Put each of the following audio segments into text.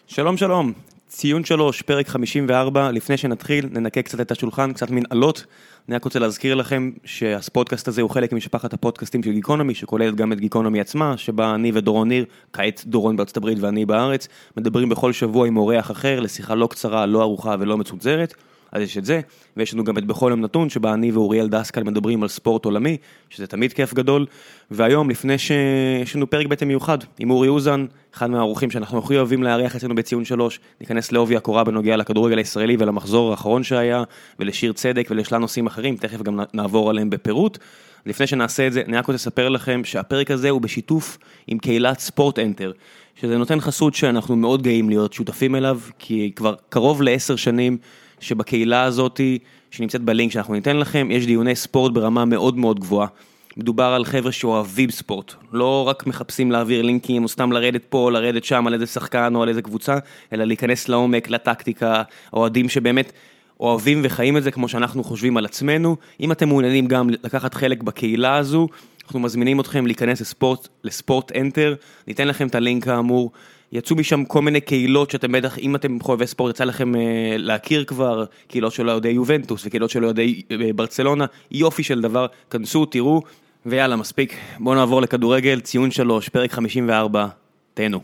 שלום שלום, ציון 3, פרק 54, לפני שנתחיל ננקה קצת את השולחן, קצת מנהלות. אני רק רוצה להזכיר לכם שהפודקאסט הזה הוא חלק משפחת הפודקאסטים של גיקונומי, שכוללת גם את גיקונומי עצמה, שבה אני ודורון ניר, כעת דורון בארצות הברית ואני בארץ, מדברים בכל שבוע עם אורח אחר, לשיחה לא קצרה, לא ארוכה ולא מצונזרת. אז יש את זה, ויש לנו גם את בכל יום נתון, שבה אני ואוריאל דסקל מדברים על ספורט עולמי, שזה תמיד כיף גדול, והיום לפני שיש לנו פרק בעצם מיוחד, עם אורי אוזן, אחד מהאורחים שאנחנו הכי אוהבים להריח אצלנו בציון 3, ניכנס לעובי הקורה בנוגע לכדורגל הישראלי ולמחזור האחרון שהיה, ולשיר צדק ולשלל נושאים אחרים, תכף גם נעבור עליהם בפירוט. לפני שנעשה את זה, אני רק רוצה לספר לכם שהפרק הזה הוא בשיתוף עם קהילת ספורט אנטר, שזה נותן חסות שאנחנו מאוד גאים להיות שותפים אליו, כי כבר קרוב ל10 שנים שבקהילה הזאת, שנמצאת בלינק שאנחנו ניתן לכם, יש דיוני ספורט ברמה מאוד מאוד גבוהה. מדובר על חבר'ה שאוהבים ספורט, לא רק מחפשים להעביר לינקים, או סתם לרדת פה, לרדת שם, על איזה שחקן או על איזה קבוצה, אלא להיכנס לעומק, לטקטיקה, אוהדים שבאמת אוהבים וחיים את זה כמו שאנחנו חושבים על עצמנו. אם אתם מעוניינים גם לקחת חלק בקהילה הזו, אנחנו מזמינים אתכם להיכנס לספורט אנטר, ניתן לכם את הלינק האמור, יצאו משם כל מיני קהילות שאתם בטח, אם אתם חובבי ספורט, יצא לכם להכיר כבר, קהילות של אוהדי יובנטוס וקהילות של אוהדי ברצלונה, יופי של דבר, כנסו, תראו, ויאללה, מספיק. בואו נעבור לכדורגל, ציון 3, פרק 54, תהנו.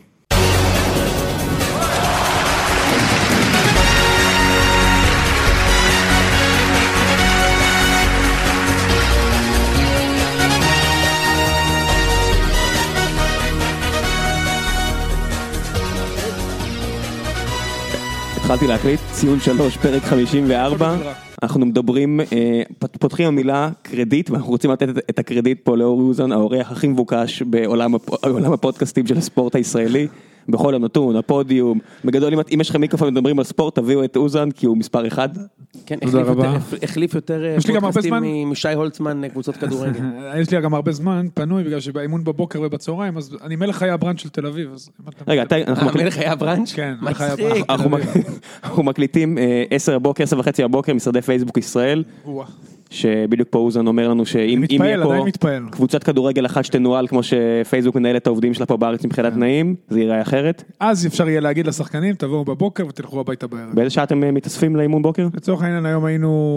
התחלתי להקליט, ציון 3, פרק 54, אנחנו מדברים, פותחים המילה קרדיט, ואנחנו רוצים לתת את הקרדיט פה לאורי אוזן, האורח הכי מבוקש בעולם הפודקאסטים של הספורט הישראלי, בכל הנתון, הפודיום, בגדול אם יש לכם מיקרופון מדברים על ספורט, תביאו את אוזן, כי הוא מספר 1. כן, החליף יותר פודקאסטים משי הולצמן, קבוצות כדורגל. יש לי גם הרבה זמן פנוי, בגלל שבאימון בבוקר ובצהריים, אז אני מלך חיי הברנץ' של תל אביב. רגע, מלך חיי הברנץ'? כן, מצחיק. אנחנו מקליטים 10 בבוקר, 10:30 בבוקר, משרדי פייסבוק ישראל, שבדיוק פה אוזן אומר לנו שאם יהיה פה קבוצת כדורגל אחת שתנוהל כמו שפייסבוק מנהל את העובדים שלה פה בארץ מבחינת תנאים, זה ייראה אחרת. אז אפשר יהיה להגיד לשחקנים, תבואו בבוקר ותלכו הביתה בערב. באיזה שעה אתם מתאספים לאימון בוקר? לצורך העניין היום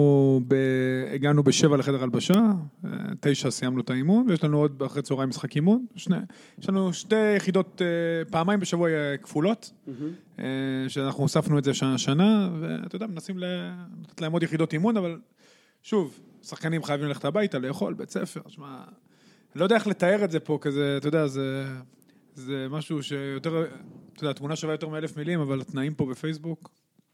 הגענו ב7 לחדר הלבשה, 9 סיימנו את האימון, ויש לנו עוד אחרי צהריים משחק אימון. יש לנו 2 יחידות, פעמיים בשבוע כפולות, שאנחנו הוספנו את זה שנה, ואתה יודע, מנסים לתת להם עוד יחידות אימון, אבל שוב, שחקנים חייבים ללכת הביתה, לאכול, בית ספר, אני לא יודע איך לתאר את זה פה, כזה, אתה יודע, זה משהו שיותר, אתה יודע, התמונה שווה יותר מ1,000 מילים, אבל התנאים פה בפייסבוק.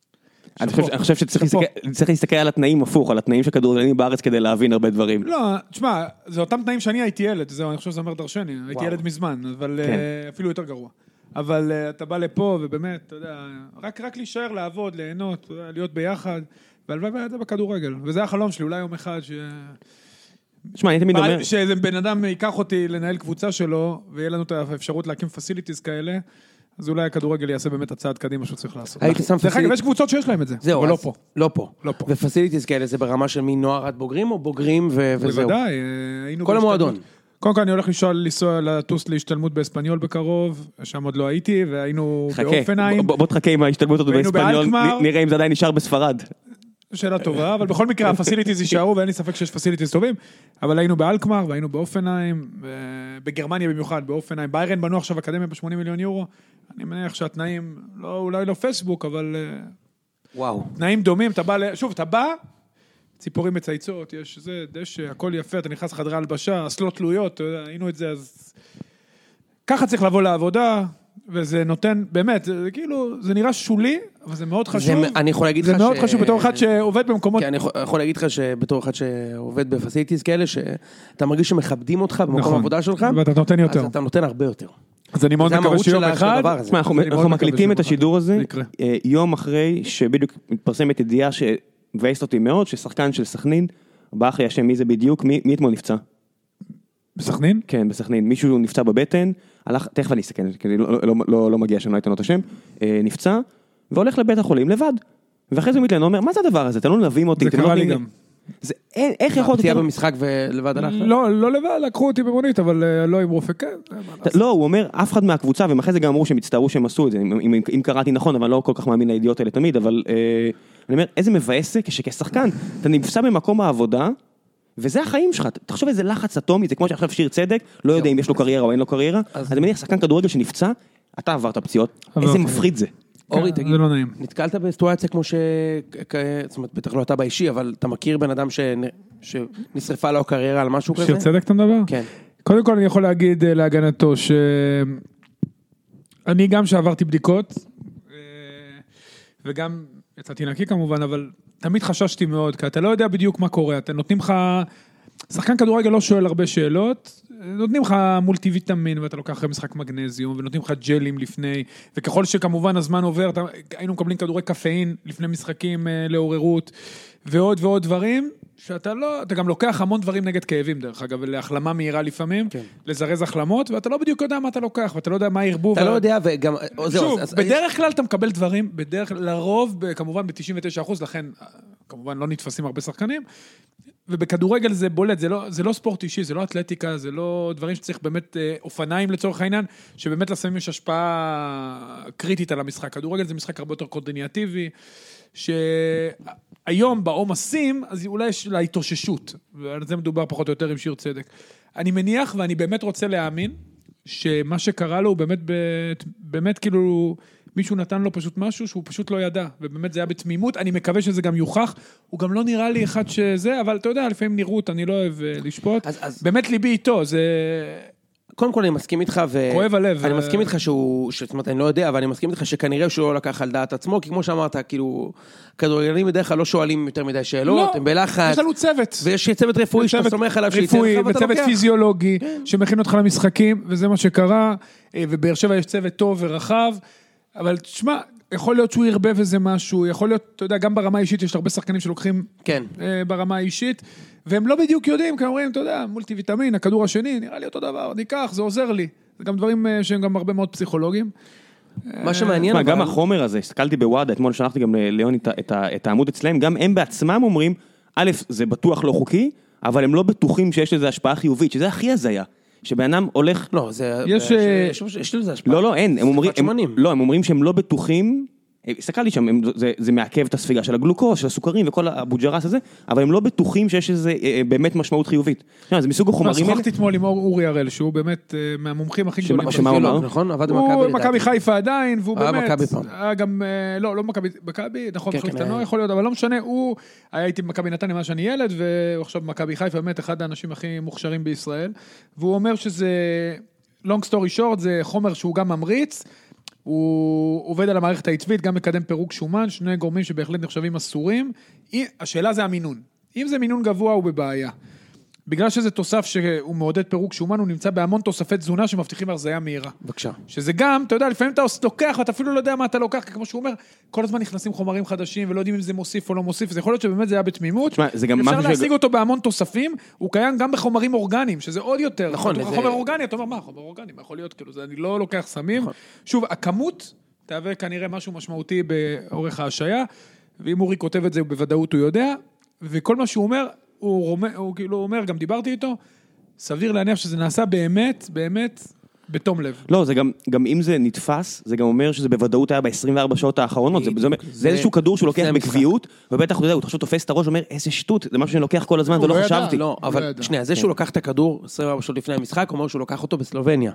אני חושב שצריך להסתכל על התנאים הפוך, על התנאים של כדורגלנים בארץ כדי להבין הרבה דברים. לא, תשמע, זה אותם תנאים שאני הייתי ילד, זהו, אני חושב שזה אומר דרשני, הייתי ילד מזמן, אבל אפילו יותר גרוע. אבל אתה בא לפה, ובאמת, אתה יודע, רק להישאר, לעבוד, ליהנות, להיות ביחד, והלוואי זה בכדורגל, וזה החלום שלי, אולי יום אחד תשמע, אני תמיד אומר שאיזה בן אדם ייקח אותי לנהל קבוצה שלו, ויהיה לנו את האפשרות להקים פסיליטיז כאלה, אז אולי הכדורגל יעשה באמת הצעד קדימה שהוא צריך לעשות. דרך אגב, יש קבוצות שיש להם את זה, אבל לא פה. לא פה. ופסיליטיז כאלה זה ברמה של מנוער עד בוגרים, או בוגרים וזהו? בוודאי. כל המועדון. קודם כל אני הולך לטוס להשתלמות באספניול בקרוב, שם עוד לא הייתי, והיינו באופנהיים. בוא תחכה עם ההשתלמות הזאת באספניול, נראה אם זה עדיין נשאר בספרד. שאלה טובה, אבל בכל מקרה הפסיליטיז יישארו, ואין לי ספק שיש פסיליטיז טובים, אבל היינו באלקמר, והיינו באופנהיים, בגרמניה במיוחד, באופנהיים, ביירן בנו עכשיו אקדמיה ב80 מיליון יורו, אני מניח שהתנאים, אולי לא פייסבוק, אבל וואו. תנאים דומים, שוב, אתה בא, ציפורים מצייצות, יש זה, דשא, הכל יפה, אתה נכנס לחדרי הלבשה, אסלות תלויות, היינו את זה, אז ככה צריך לבוא לעבודה, וזה נותן, באמת, זה כאילו, זה נראה שולי, אבל זה מאוד חשוב. אני יכול להגיד לך זה מאוד חשוב בתור אחד שעובד במקומות. כן, אני יכול להגיד לך שבתור אחד שעובד בפסיליטיז כאלה, שאתה מרגיש שמכבדים אותך במקום העבודה שלך. ואתה נותן יותר. אז אתה נותן הרבה יותר. אז אני מאוד מקווה שיום אחד. אנחנו מקליטים את השידור הזה, יום אחרי שבדיוק מתפרסמת ידיעה שבאסת אותי מאוד, ששחקן של סכנין, בא אחרי השם מי זה בדיוק, מי אתמול נפצע? בסכנין? כן, בסכנין. מישהו נפצע בבטן, הלך, תכף אני אסתכל, כי לא מגיע שם, לא אתן לו את השם, נפצע, והולך לבית החולים לבד. ואחרי זה הוא מתלן, אומר, מה זה הדבר הזה? אתם לא נלווים אותי. זה קרה לי גם. איך יכול... תהיה במשחק ולבד הלך? לא לבד, לקחו אותי במונית, אבל לא עם רופא, כן. לא, הוא אומר, אף אחד מהקבוצה, ואחרי זה גם אמרו שהם הצטערו שהם עשו את זה, אם קראתי נכון, אבל לא כל כך מאמין לידיעות האלה תמיד, אבל אני אומר, איזה מבאס זה, כשכשחקן, אתה נפסע במקום העבודה, וזה החיים שלך, תחשוב איזה לחץ אטומי, זה כמו שעכשיו שיר צדק, לא יודע אם יש לו קריירה או אין לו קריירה, אז אני מניח, שחקן כדורגל שנפצע, אתה עברת פציעות, איזה מפחיד זה. אורי, תגיד, זה לא נעים. נתקלת בסיטואציה כמו זאת אומרת, בטח לא אתה באישי, אבל אתה מכיר בן אדם שנשרפה לו קריירה על משהו כזה? שיר צדק אתה מדבר? כן. קודם כל אני יכול להגיד להגנתו שאני גם שעברתי בדיקות, וגם יצאתי נקי כמובן, אבל תמיד חששתי מאוד, כי אתה לא יודע בדיוק מה קורה, אתה נותנים לך, שחקן כדורגל לא שואל הרבה שאלות, נותנים לך מולטיוויטמין, ואתה לוקח אחרי משחק מגנזיום, ונותנים לך ג'לים לפני, וככל שכמובן הזמן עובר, היינו מקבלים כדורי קפאין לפני משחקים לעוררות, ועוד ועוד דברים, שאתה לא, אתה גם לוקח המון דברים נגד כאבים, דרך אגב, להחלמה מהירה לפעמים, כן. לזרז החלמות, ואתה לא בדיוק יודע מה אתה לוקח, ואתה לא יודע מה ירבו. אתה לא יודע, וגם... שוב, בדרך כלל אתה מקבל דברים, לרוב, כמובן ב-99%, לכן, כמובן לא נתפסים הרבה שחקנים, ובכדורגל זה בולט, זה לא ספורט אישי, זה לא אתלטיקה, זה לא דברים שצריך באמת אופניים לצורך העניין, שבאמת לסמים יש השפעה קריטית על המשחק. כדורגל זה משחק הרבה יותר קורדינייטיבי, שהיום בעומסים, אז אולי יש לה התאוששות, ועל זה מדובר פחות או יותר עם שיר צדק. אני מניח, ואני באמת רוצה להאמין, שמה שקרה לו הוא באמת כאילו, מישהו נתן לו פשוט משהו שהוא פשוט לא ידע, ובאמת זה היה בתמימות, אני מקווה שזה גם יוכח, הוא גם לא נראה לי אחד שזה, אבל אתה יודע, לפעמים נראות, אני לא אוהב לשפוט, באמת ליבי איתו, זה... קודם כל אני מסכים איתך, כואב הלב. אני מסכים איתך זאת אומרת, אני לא יודע, אבל אני מסכים איתך שכנראה שהוא לא לקח על דעת עצמו, כי כמו שאמרת, כאילו, כדורגלנים בדרך כלל לא שואלים יותר מדי שאלות, הם בלחץ. יש לנו צוות. ויש צוות רפואי שאתה סומך עליו שייתן לך, ואתה וצוות פיזיולוגי, שמכין אותך למשחקים, וזה מה שקרה, ובאר שבע יש צוות טוב ורחב, אבל תשמע, יכול להיות שהוא ירבה וזה משהו, יכול להיות, אתה יודע, גם ברמה האישית יש הרבה שחקנים שלוקחים ברמה האישית, והם לא בדיוק יודעים, כי אומרים, אתה יודע, מולטיוויטמין, הכדור השני, נראה לי אותו דבר, ניקח, זה עוזר לי. זה גם דברים שהם גם הרבה מאוד פסיכולוגים. מה שמעניין, גם החומר הזה, הסתכלתי בוואדה, אתמול שלחתי גם ליוני את העמוד אצלהם, גם הם בעצמם אומרים, א', זה בטוח לא חוקי, אבל הם לא בטוחים שיש לזה השפעה חיובית, שזה הכי הזיה. שבאדם הולך... לא, זה... יש לזה השפעה. לא, אין. הם אומרים שהם לא בטוחים... הסתכלתי שם, זה מעכב את הספיגה של הגלוקוז, של הסוכרים וכל הבוג'רס הזה, אבל הם לא בטוחים שיש איזה באמת משמעות חיובית. זה מסוג החומרים האלה. שוחחתי אתמול עם אורי הראל, שהוא באמת מהמומחים הכי גדולים. שמה הוא אמר? נכון, עבד הוא מכבי חיפה עדיין, והוא באמת... מכבי פעם. גם, לא מכבי, נכון, מחלקתנו יכול להיות, אבל לא משנה, הוא היה איתי במכבי נתניה מאז שאני ילד, ועכשיו מכבי חיפה באמת אחד האנשים הכי מוכשרים בישראל, והוא אומר שזה, long story short, זה חומר שהוא גם ממריץ, הוא עובד על המערכת העצבית, גם מקדם פירוק שומן, שני גורמים שבהחלט נחשבים אסורים. השאלה זה המינון. אם זה מינון גבוה, הוא בבעיה. בגלל שזה תוסף שהוא מעודד פירוק שומן, הוא נמצא בהמון תוספי תזונה שמבטיחים הרזיה מהירה. בבקשה. שזה גם, אתה יודע, לפעמים אתה לוקח, ואתה אפילו לא יודע מה אתה לוקח, כמו שהוא אומר, כל הזמן נכנסים חומרים חדשים, ולא יודעים אם זה מוסיף או לא מוסיף, זה יכול להיות שבאמת זה היה בתמימות. אפשר להשיג אותו בהמון תוספים, הוא קיים גם בחומרים אורגניים, שזה עוד יותר. נכון. חומר אורגני, אתה אומר, מה, חומר אורגני, מה יכול להיות, כאילו, אני לא לוקח סמים. שוב, הכמות תהווה כנראה משהו משמעותי באורך ההשעיה, ואם אורי כותב את זה, בוודאות הוא יודע, וכל מה שהוא אומר, הוא כאילו אומר, גם דיברתי איתו, סביר להניח שזה נעשה באמת, באמת, בתום לב. לא, זה גם אם זה נתפס, זה גם אומר שזה בוודאות היה ב-24 שעות האחרונות, זה איזשהו כדור שהוא לוקח בקביעות, ובטח הוא פשוט תופס את הראש ואומר, איזה שטות, זה משהו שאני לוקח כל הזמן ולא חשבתי. לא, אבל שנייה, זה שהוא לקח את הכדור 24 שעות לפני המשחק, אומר שהוא לקח אותו בסלובניה.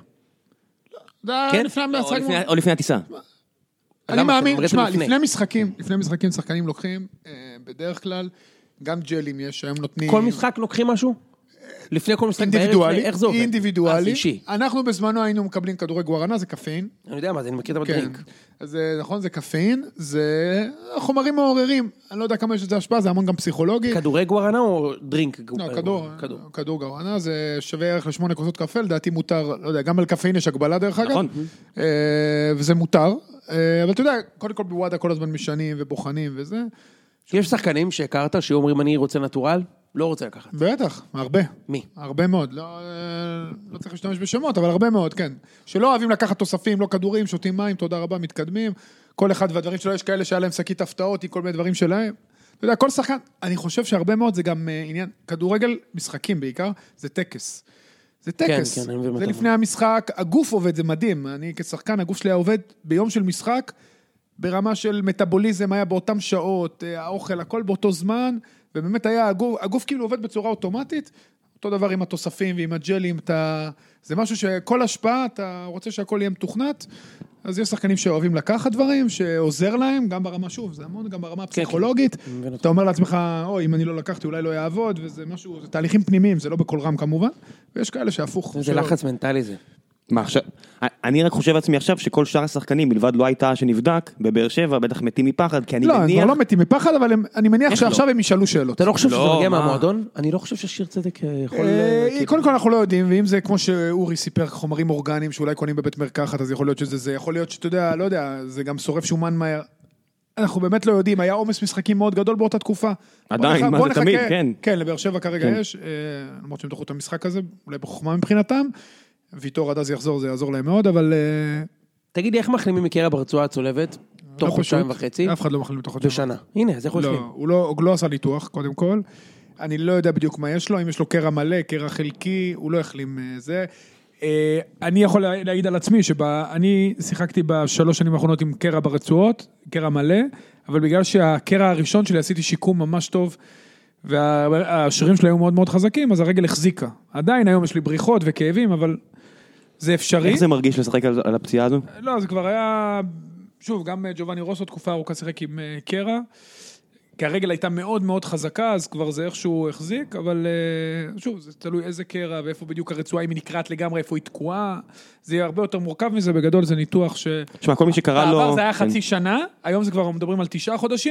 או לפני הטיסה. אני מאמין, תשמע, לפני משחקים שחקנים לוקחים, בדרך כלל, גם ג'לים יש, היום נותנים... כל משחק לוקחים משהו? לפני כל משחק אינדיבידואלי, איך זה עובד? אינדיבידואלי. אנחנו בזמנו היינו מקבלים כדורי גוארנה, זה קפאין. אני יודע מה זה, אני מכיר את הדרינק. אז נכון, זה קפאין, זה חומרים מעוררים. אני לא יודע כמה יש לזה השפעה, זה המון גם פסיכולוגי. כדורי גוארנה או דרינק? לא, כדור גוארנה, זה שווה ערך ל8 כוסות קפה, לדעתי מותר, לא יודע, גם על קפאין יש הגבלה דרך אגב. נכון. וזה מותר. אבל אתה יודע, קודם כל בוואדה כל הזמן משנים ובוחנים וזה. יש שחקנים שהכרת שאומרים אני רוצה נטורל? לא רוצה לקחת. בטח, הרבה. מי? הרבה מאוד. לא צריך להשתמש בשמות, אבל הרבה מאוד, כן. שלא אוהבים לקחת תוספים, לא כדורים, שותים מים, תודה רבה, מתקדמים. כל אחד והדברים שלו, יש כאלה שהיה להם שקית הפתעות, כל מיני דברים שלהם. אתה יודע, כל שחקן, אני חושב שהרבה מאוד זה גם עניין, כדורגל משחקים בעיקר, זה טקס. זה טקס. כן, זה לפני המשחק, הגוף עובד, זה מדהים. אני כשחקן, הגוף שלי עובד ביום של משחק, ברמה של מטאבוליזם, היה באותם שעות, האוכל, הכל באותו זמן, ובאמת היה, הגוף כאילו עובד בצורה אוטומטית, אותו דבר עם התוספים ועם הג'לים, זה משהו שכל השפעה, אתה רוצה שהכל יהיה מתוכנת, אז יש שחקנים שאוהבים לקחת דברים, שעוזר להם, גם ברמה, שוב, זה המון, גם ברמה הפסיכולוגית, אתה אומר לעצמך, אם אני לא לקחתי, אולי לא יעבוד, וזה משהו, זה תהליכים פנימיים, זה לא בכל רם כמובן, ויש כאלה שהפוך. זה לחץ מנטלי זה. מה עכשיו? אני רק חושב לעצמי עכשיו שכל שאר השחקנים, מלבד לא הייתה שנבדק, בבאר שבע, בטח מתים מפחד, כי אני מניח... לא, הם כבר לא מתים מפחד, אבל אני מניח שעכשיו הם ישאלו שאלות. אתה לא חושב שזה מגיע מהמועדון? אני לא חושב ששיר צדק יכול... קודם כל אנחנו לא יודעים, ואם זה כמו שאורי סיפר, חומרים אורגניים שאולי קונים בבית מרקחת, אז יכול להיות שזה זה, יכול להיות שאתה יודע, לא יודע, זה גם שורף שומן מהר. אנחנו באמת לא יודעים, היה עומס משחקים מאוד גדול באותה תקופה. עדיין, מה זה תמיד, כן. כן, לבאר שבע כרגע יש, למרות שהם דחו את המשחק הזה, אולי בחוכמה מבחינתם. ויתור עד אז יחזור, זה יעזור להם מאוד, אבל... תגידי, איך מחלימים מקרע ברצועה הצולבת? תוך חודשיים וחצי? אף אחד לא מחלים תוך חודשיים. בשנה. הנה, אז איך חושבים? הוא לא עשה ניתוח, קודם כל. אני לא יודע בדיוק מה יש לו, אם יש לו קרע מלא, קרע חלקי, הוא לא החלים זה. אני יכול להעיד על עצמי, שאני שיחקתי בשלוש שנים האחרונות עם קרע ברצועות, קרע מלא, אבל בגלל שהקרע הראשון שלי עשיתי שיקום ממש טוב, והשרירים שלי היו מאוד מאוד חזקים, אז הרגל החזיקה. עדיין היום יש לי בריחות וכאבים, אבל זה אפשרי. איך זה מרגיש לשחק על הפציעה הזו? לא, זה כבר היה, שוב, גם ג'ובאני רוסו תקופה ארוכה שיחק עם קרע, כי הרגל הייתה מאוד מאוד חזקה, אז כבר זה איכשהו החזיק, אבל שוב, זה תלוי איזה קרע, ואיפה בדיוק הרצועה, אם היא נקראת לגמרי, איפה היא תקועה, זה יהיה הרבה יותר מורכב מזה, בגדול זה ניתוח תשמע, כל מי שקרא לו... בעבר זה היה חצי שנה, היום זה כבר מדברים על 9 חודשים,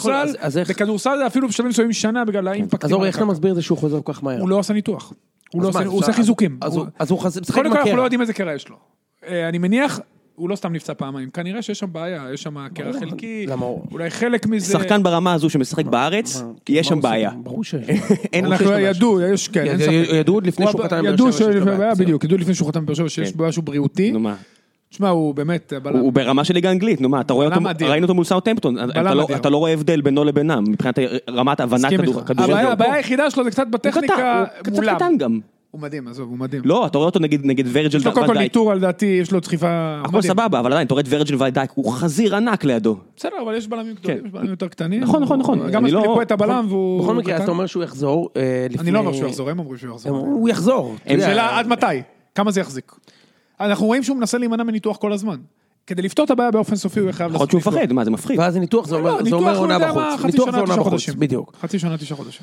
בכדורסל זה אפילו בשלבים מסוימים שנה, בגלל האימפקט. אז אורי, איך אתה מסביר זה שהוא חוזר כל כך מהר? הוא לא עשה ניתוח, הוא עושה חיזוקים. אז הוא משחק עם קודם כל אנחנו הקרע. לא יודעים איזה קרע יש לו. אני מניח, הוא לא סתם נפצע פעמיים, כנראה שיש שם בעיה, יש שם קרע חלקי, אולי חלק מזה... שחקן ברמה הזו שמשחק בארץ, יש שם בעיה. ברור ש... ידעו, יש, כן. ידעו עוד לפני שהוא חתם בבאר שבע. בדיוק, ידעו לפני שהוא חתם בבאר שבע שיש משהו בריאותי. נו מה? תשמע, הוא באמת... הוא ברמה של ליגה אנגלית, נו מה, ראינו אותו מול סאות'המפטון, אתה לא רואה הבדל בינו לבינם, מבחינת רמת הבנת כדורגל. הבעיה היחידה שלו זה קצת בטכניקה מולם. הוא קצת קטן גם. הוא מדהים, עזוב, הוא מדהים. לא, אתה רואה אותו נגד ורג'ל יש לו כל ניטור על דעתי, יש לו דחיפה... הכל סבבה, אבל עדיין, אתה רואה את ורג'ל ודייק, הוא חזיר ענק לידו. בסדר, אבל יש בלמים גדולים, יש בלמים יותר קטנים. נכון. גם מספיק פה את הבלם והוא... בכל מקרה, אתה אומר שהוא יחזור אני לא אומר שהוא יחזור, הם אומרים שהוא יחזור. הוא יחזור. שאלה עד מתי? כמה זה יחזיק? אנחנו רואים שהוא מנסה להימנע מניתוח כל הזמן. כדי לפתור את הבעיה באופן סופי הוא חייב יכול להיות שהוא מפחד, מה זה מפחיד? ואז ניתוח זה אומר עונה בחוץ. ניתוח זה עונה בחוץ, בדיוק. חצי שנה, 9 חודשים.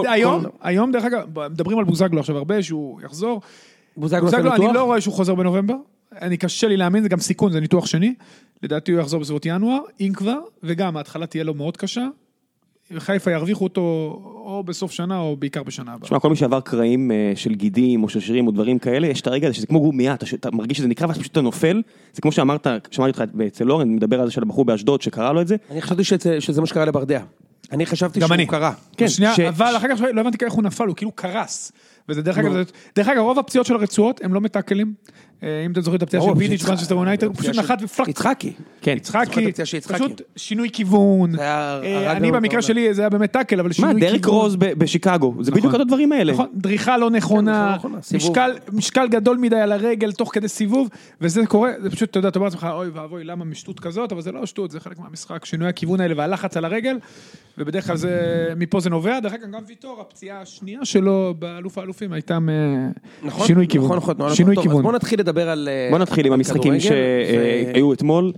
היום דרך אגב, מדברים על בוזגלו עכשיו הרבה שהוא יחזור. בוזגלו אני לא רואה שהוא חוזר בנובמבר. אני קשה לי להאמין, זה גם סיכון, זה ניתוח שני. לדעתי הוא יחזור בסביבות ינואר, אם כבר, וגם ההתחלה תהיה לו מאוד קשה. חיפה ירוויחו אותו או בסוף שנה או בעיקר בשנה הבאה. תשמע, כל מי שעבר קרעים של גידים או של שרירים או דברים כאלה, יש את הרגע הזה שזה כמו גומיה, אתה מרגיש שזה נקרא ואז פשוט אתה נופל, זה כמו שאמרת, שמעתי אותך אצל אורן, מדבר על זה של הבחור באשדוד שקרא לו את זה. אני חשבתי שזה מה שקרה לברדע. אני חשבתי שהוא קרה. כן, אבל אחר כך לא הבנתי איך הוא נפל, הוא כאילו קרס. וזה דרך אגב, רוב הפציעות של הרצועות הם לא מטאקלים. אם אתם זוכרים את הפציעה של וידיץ' מנצ'סטר יונייטד, הוא פשוט נחת ופלק. יצחקי. כן. יצחקי. פשוט שינוי כיוון. אני במקרה שלי זה היה באמת טאקל, אבל שינוי כיוון. מה, דריק רוז בשיקגו, זה בדיוק את הדברים האלה. נכון, דריכה לא נכונה, משקל גדול מדי על הרגל תוך כדי סיבוב, וזה קורה, זה פשוט, אתה יודע, אתה אומר לעצמך, אוי ואבוי, למה משטות כזאת, אבל זה לא שטות, זה חלק מהמשחק, שינוי הכיוון האלה והלחץ על הרגל, ובדרך כלל מפה זה נובע, דרך אגב גם ויטור, הפציעה השנייה שלו באלוף האלופים הייתה שינוי כיוון. שינוי כיוון. בוא נתחיל לדבר על... בוא נתחיל עם המשחקים שהיו אתמול,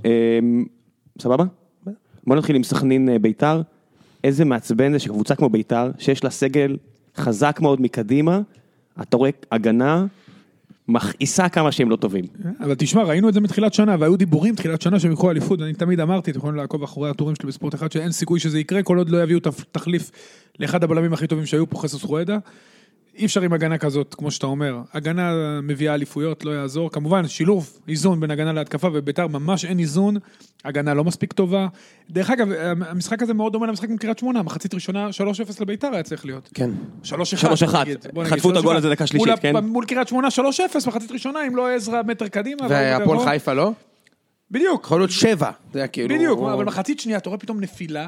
סבבה? בוא נתחיל עם סכנין ביתר, איזה מעצבן זה שקבוצה כמו ביתר, שיש לה סגל חזק מאוד מקדימה, אתה רואה הגנה, מכעיסה כמה שהם לא טובים. אבל תשמע, ראינו את זה מתחילת שנה, והיו דיבורים תחילת שנה שהם יקחו אליפות, אני תמיד אמרתי, אתם יכולים לעקוב אחורי הטורים שלי בספורט אחד, שאין סיכוי שזה יקרה, כל עוד לא יביאו תחליף לאחד הבלמים הכי טובים שהיו פה, חסוס חואדה. אי אפשר עם הגנה כזאת, כמו שאתה אומר. הגנה מביאה אליפויות, לא יעזור. כמובן, שילוב, איזון בין הגנה להתקפה, וביתר ממש אין איזון. הגנה לא מספיק טובה. דרך אגב, המשחק הזה מאוד דומה למשחק עם קריית שמונה. מחצית ראשונה, 3-0 לביתר היה צריך להיות. כן. 3-1. חטפו את הגול הזה דקה שלישית, כן? מול קריית שמונה, 3-0, מחצית ראשונה, אם לא עזרה מטר קדימה. והפועל חיפה, לא? בדיוק. יכול להיות 7. בדיוק, אבל מחצית שנייה, אתה רואה פתאום נפילה,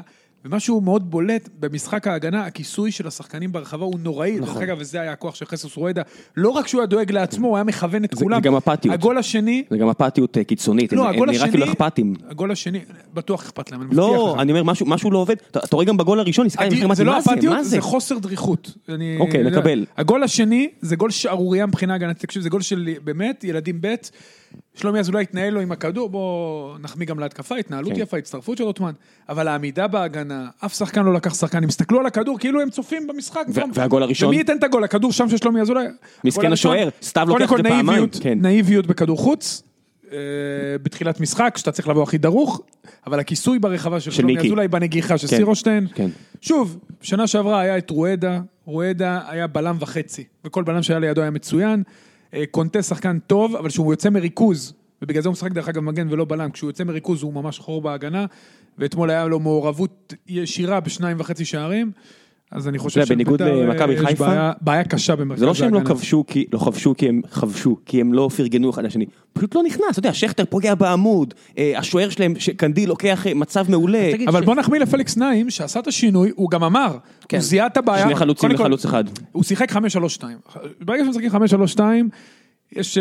ומשהו מאוד בולט במשחק ההגנה, הכיסוי של השחקנים ברחבה הוא נוראי, דרך אגב, וזה היה הכוח של חסוס רואדה, לא רק שהוא היה דואג לעצמו, הוא היה מכוון את כולם. זה גם אפתיות. הגול השני... זה גם אפתיות קיצונית, הם נראה כאילו אכפתים. הגול השני, בטוח אכפת להם, לא, אני אומר, משהו לא עובד, אתה רואה גם בגול הראשון, זה לא אפתיות, זה חוסר דריכות. אוקיי, נקבל. הגול השני, זה גול שערוריה מבחינה הגנתית, תקשיב, זה גול של באמת ילדים בית, שלומי אזולאי התנהל לו עם הכדור, בוא נחמיא גם להתקפה, התנהלות יפה, הצטרפות של רוטמן, אבל העמידה בהגנה, אף שחקן לא לקח שחקן, הם הסתכלו על הכדור, כאילו הם צופים במשחק. והגול הראשון? ומי ייתן את הגול? הכדור שם של שלומי אזולאי. מסכן השוער, סתיו לוקח את זה פעמיים. נאיביות בכדור חוץ, בתחילת משחק, שאתה צריך לבוא הכי דרוך, אבל הכיסוי ברחבה של שלומי אזולאי בנגיחה של סירושטיין. שוב, שנה שעברה היה את רואדה היה בלם וחצי, וכל בלם שהיה לידו היה מצוין. קונטה שחקן טוב, אבל כשהוא יוצא מריכוז, ובגלל זה הוא משחק דרך אגב מגן ולא בלם, כשהוא יוצא מריכוז הוא ממש חור בהגנה, ואתמול היה לו מעורבות ישירה ב2.5 שערים, אז אני חושב בניגוד למכבי חיפה, בעיה קשה במרכז ההגנה. זה לא שהם לא כבשו כי הם חבשו, כי הם לא פרגנו אחד לשני, פשוט לא נכנס, אתה יודע, שכטר פוגע בעמוד, השוער שלהם, קנדיל לוקח מצב מעולה. אבל בוא נחמיא לפליקס נעים, שעשה את השינוי, הוא גם אמר, הוא זיהה את הבעיה. שני חלוצים לחלוץ אחד. הוא שיחק 5-3-2. ברגע שמשחקים 5-3-2, יש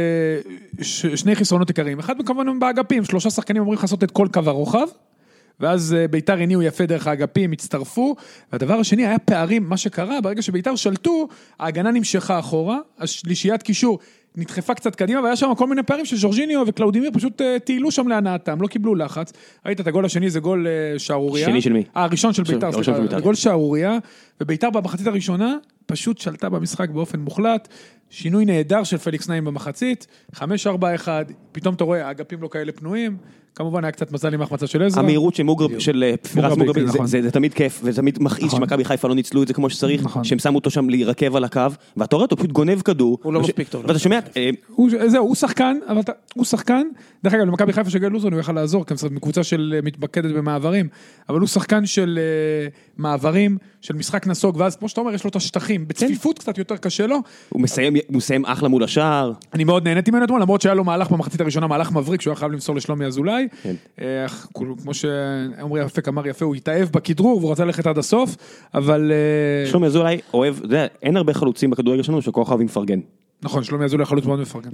שני חסרונות עיקריים. אחד כמובן באגפים, 3 שחקנים אומרים לעשות את כל קו הרוחב, ואז ביתר הניעו יפה דרך האגפים, הצטרפו, והדבר השני היה פערים, מה שקרה, ברגע שביתר שלטו, ההגנה נמשכה אחורה, השלישיית קישור נדחפה קצת קדימה, והיה שם כל מיני פערים שז'ורג'יניו וקלאודימיר פשוט טיילו שם להנאתם, לא קיבלו לחץ. ראית את הגול השני, זה גול שערוריה. שני של מי? הראשון של ביתר, סליחה. גול שערוריה, וביתר במחצית הראשונה, פשוט שלטה במשחק באופן מוחלט, שינוי נהדר של פליקס נעים במחצית, 5-4-1, פתאום אתה רואה, האגפים לא כאלה פנויים, כמובן היה קצת מזל עם החמצה של עזרא. המהירות של פירס מוגרבי, זה תמיד כיף, וזה תמיד מכעיס שמכבי חיפה לא ניצלו את זה כמו שצריך, שהם שמו אותו שם להירקב על הקו, ואתה רואה אותו פשוט גונב כדור. הוא לא מספיק טוב. ואתה שומע... זהו, הוא שחקן, דרך אגב, למכבי חיפה שגל לוזון הוא יכל לעזור, כי הם מקבוצה של מתבקדת במעברים, אבל הוא שחקן של מעברים, של משחק נסוג, ואז כמו שאתה אומר, יש לו את השטחים, בצפיפות קצת יותר קשה לו. הוא מסיים אחלה מול השער. אני מאוד נהניתי ממנו אתמול, למרות שהיה לו מהלך במחצית הראשונה, מהלך מבריק, שהוא היה חייב למסור לשלומי אזולאי. כמו שעמרי יפק אמר יפה, הוא התאהב בכדרור, והוא רצה ללכת עד הסוף, אבל... שלומי אזולאי אוהב, אין הרבה חלוצים בכדורגל שלנו שכל חייבים לפרגן. נכון, שלומי אזולאי חלוץ מאוד מפרגן.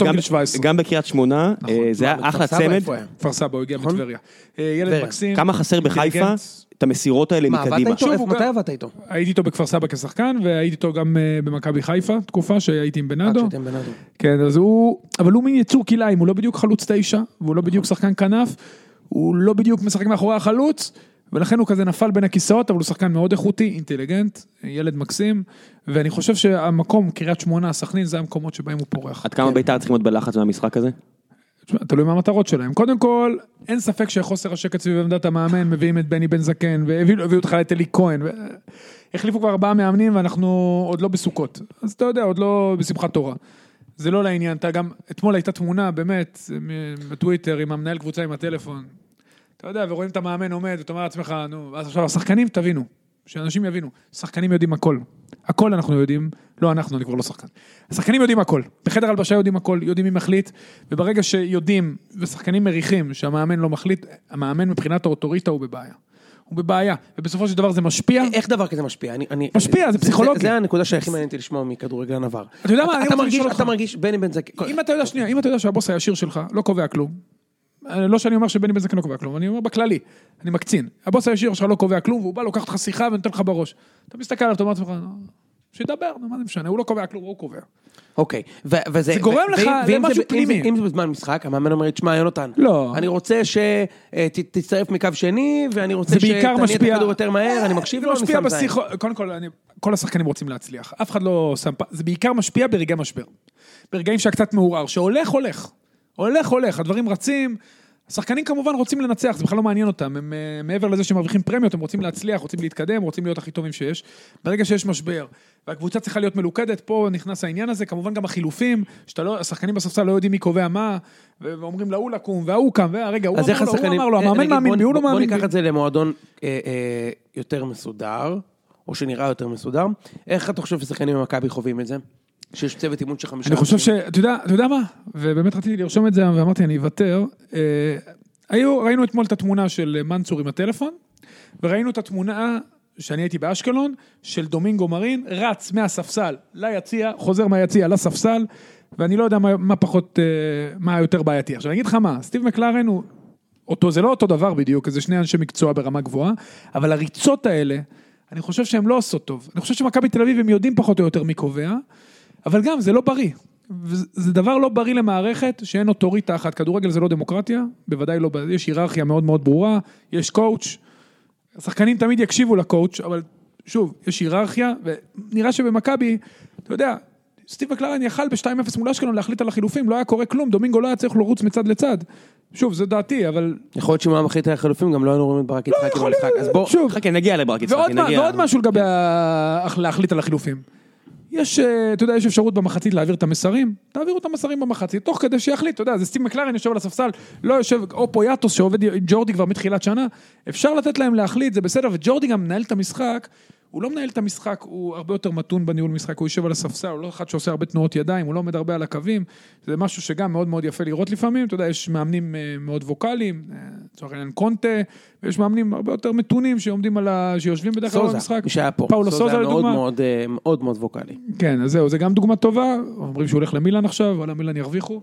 גם בקריית שמונה, זה היה אחלה צמד. כפר סבא, הוא הגיע מטבריה. ילד מקסים. כמה חסר בחיפה, את המסירות האלה מקדימה. מתי עבדת איתו? הייתי איתו בכפר סבא כשחקן, והייתי איתו גם במכבי חיפה, תקופה שהייתי עם בנאדו. כן, אז אבל הוא מין יצור כלאיים, הוא לא בדיוק חלוץ 9, והוא לא בדיוק שחקן כנף, הוא לא בדיוק משחק מאחורי החלוץ, ולכן הוא כזה נפל בין הכיסאות, אבל הוא שחקן מאוד איכותי, אינטליגנט, ילד מקסים, ואני חושב שהמקום, קריית שמונה, סכנין, זה המקומות שבהם הוא פורח. עד כמה ביתר צריכים להיות בלחץ מהמשחק הזה? תלוי מה המטרות שלהם. קודם כל, אין ספק שחוסר השקט סביב עמדת המאמן, מביאים את בני בן זקן, והביאו אותך את אלי כהן, החליפו כבר 4 מאמנים, ואנחנו עוד לא בסוכות. אז אתה יודע, עוד לא בשמחת תורה. זה לא לעניין, אתה גם, אתמול הייתה תמונה, באמת, בטוויטר, עם המנהל קבוצה עם הטלפון. אתה יודע, ורואים את המאמן עומד, ואתה אומר לעצמך, נו, אז עכשיו, השחקנים תבינו, שאנשים יבינו, שחקנים יודעים הכל. הכל אנחנו יודעים, לא אנחנו, אני כבר לא שחקן. השחקנים יודעים הכל, בחדר הלבשה יודעים הכל, יודעים מי מחליט, וברגע שיודעים, ושחקנים מריחים שהמאמן לא מחליט, המאמן מבחינת האוטוריטה הוא בבעיה. הוא בבעיה, ובסופו של דבר זה משפיע. איך דבר כזה משפיע? משפיע, זה פסיכולוגי. זה הנקודה שהכי מעניינתי לשמוע מכדורגלן עבר. אתה יודע מה, אתה מרגיש בני בן זקן. אם אתה יודע שהבוס הישיר שלך לא קובע כלום, לא שאני אומר שבני בן זקן לא קובע כלום, אני אומר בכללי, אני מקצין. הבוס הישיר שלך לא קובע כלום, והוא בא, לוקח אותך שיחה ונותן לך בראש. אתה מסתכל עליו, אתה אומר לעצמך, שידבר, מה זה משנה, הוא לא קובע כלום, הוא קובע. אוקיי, זה גורם לך למשהו פנימי. אם זה בזמן משחק, המאמן אומר, תשמע, יונתן, לא. אני רוצה שתצטרף מקו שני, ואני רוצה שתניע את הכדור יותר מהר, אני מקשיב לו, אני שם זין. קודם כל השחקנים רוצים להצליח, אף אחד לא שם, זה בעיקר משפיע ברגעי משבר. ברגעים שקצת מעורר, הולך, הדברים רצים, השחקנים כמובן רוצים לנצח, זה בכלל לא מעניין אותם, הם מעבר לזה שהם מרוויחים פרמיות, הם רוצים להצליח, רוצים להתקדם, רוצים להיות הכי טובים שיש, ברגע שיש משבר, והקבוצה צריכה להיות מלוכדת, פה נכנס העניין הזה, כמובן גם החילופים, השחקנים בספסל לא יודעים מי קובע מה, ואומרים להוא לקום, והוא קם, והרגע, הוא אמר לו, המאמן מאמין בי, הוא לא מאמין בי. בוא ניקח את זה למועדון יותר מסודר, או שנראה יותר מסודר, איך אתה חושב ששחקנים במכבי חווים את זה? שיש צוות אימון של 5 אני חושב אתה יודע מה? ובאמת רציתי לרשום את זה, ואמרתי, אני אוותר. ראינו אתמול את התמונה של מנצור עם הטלפון, וראינו את התמונה שאני הייתי באשקלון, של דומינגו מרין, רץ מהספסל ליציע, חוזר מהיציע לספסל, ואני לא יודע מה יותר בעייתי. עכשיו, אני אגיד לך מה, סטיב מקלרן זה לא אותו דבר בדיוק, זה שני אנשי מקצוע ברמה גבוהה, אבל הריצות האלה, אני חושב שהם לא עושות טוב. אני חושב שמכבי תל אביב הם יודעים פחות או יותר מי קובע, אבל גם זה לא בריא. זה דבר לא בריא למערכת, שאין אוטוריטה אחת. כדורגל זה לא דמוקרטיה, בוודאי לא, יש היררכיה מאוד מאוד ברורה, יש קואוץ', השחקנים תמיד יקשיבו לקואוץ', אבל שוב, יש היררכיה, ונראה שבמכבי, אתה יודע, סטיב מקלרן יכל ב-2-0 מול אשקלון להחליט על החילופים, לא היה קורה כלום, דומינגו לא היה צריך לרוץ מצד לצד. שוב, זה דעתי, אבל... יכול להיות שאם הוא היה מחליט על החילופים, גם לא היינו רואים את ברק יצחקי במשחק, אז בוא... חכה, נגיע לברק יצחקי, נגיע... ועוד משהו לגבי להחליט על החילופים. יש, אתה יודע, יש אפשרות במחצית להעביר את המסרים, תעבירו את המסרים במחצית, תוך כדי שיחליט, אתה יודע, זה סטיב מקלרן יושב על הספסל, לא יושב, או פויאטוס שעובד עם ג'ורדי כבר מתחילת שנה, אפשר לתת להם להחליט, זה בסדר, וג'ורדי גם מנהל את המשחק, הוא לא מנהל את המשחק, הוא הרבה יותר מתון בניהול משחק, הוא יושב על הספסל, הוא לא אחד שעושה הרבה תנועות ידיים, הוא לא עומד הרבה על הקווים, זה משהו שגם מאוד מאוד יפה לראות לפעמים, אתה יודע, יש מאמנים מאוד ווקליים, לצורך העניין קונטה, ויש מאמנים הרבה יותר מתונים שיושבים בדרך כלל במשחק. שהיה פה, סוזה מאוד מאוד ווקלי. כן, אז זהו, זה גם דוגמה טובה, אומרים שהוא הולך למילאן עכשיו, אבל המילאן ירוויחו,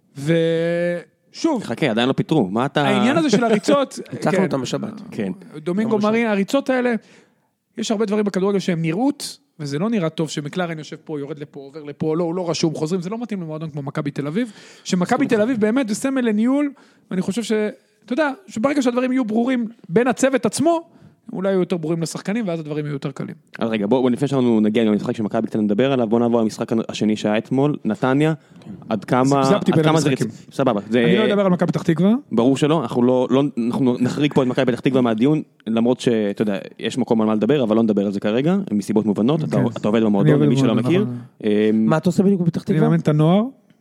ושוב, חכה, עדיין לא פיתרו, מה אתה... העניין הזה של הריצות, הצלחנו אותם בשבת. כן. דומינגו מרין, הריצות האלה, יש הרבה דברים בכדורגל שהם נראות, וזה לא נראה טוב שמקלרן יושב פה, יורד לפה, עובר לפה, לא, הוא לא רשום, חוזרים, זה לא מתאים למועדון כמו מכבי תל אביב, שמכבי תל אביב באמת זה סמל לניהול, ואני חושב אתה יודע, שברגע שהדברים יהיו ברורים בין הצוות עצמו, אולי יהיו יותר ברורים לשחקנים, ואז הדברים יהיו יותר קלים. אז רגע, בוא לפני שאנחנו נגיע עם המשחק שמכבי קצת נדבר עליו, בוא נעבור למשחק השני שהיה אתמול, נתניה, עד כמה זה רציני. סבבה. אני לא אדבר על מכבי פתח תקווה. ברור שלא, אנחנו נחריג פה את מכבי פתח תקווה מהדיון, למרות שאתה יודע, יש מקום על מה לדבר, אבל לא נדבר על זה כרגע, מסיבות מובנות, אתה עובד במועדון, למי שלא מכיר. מה אתה עושה בדיוק בפתח תקווה? אני מאמן את הנוער.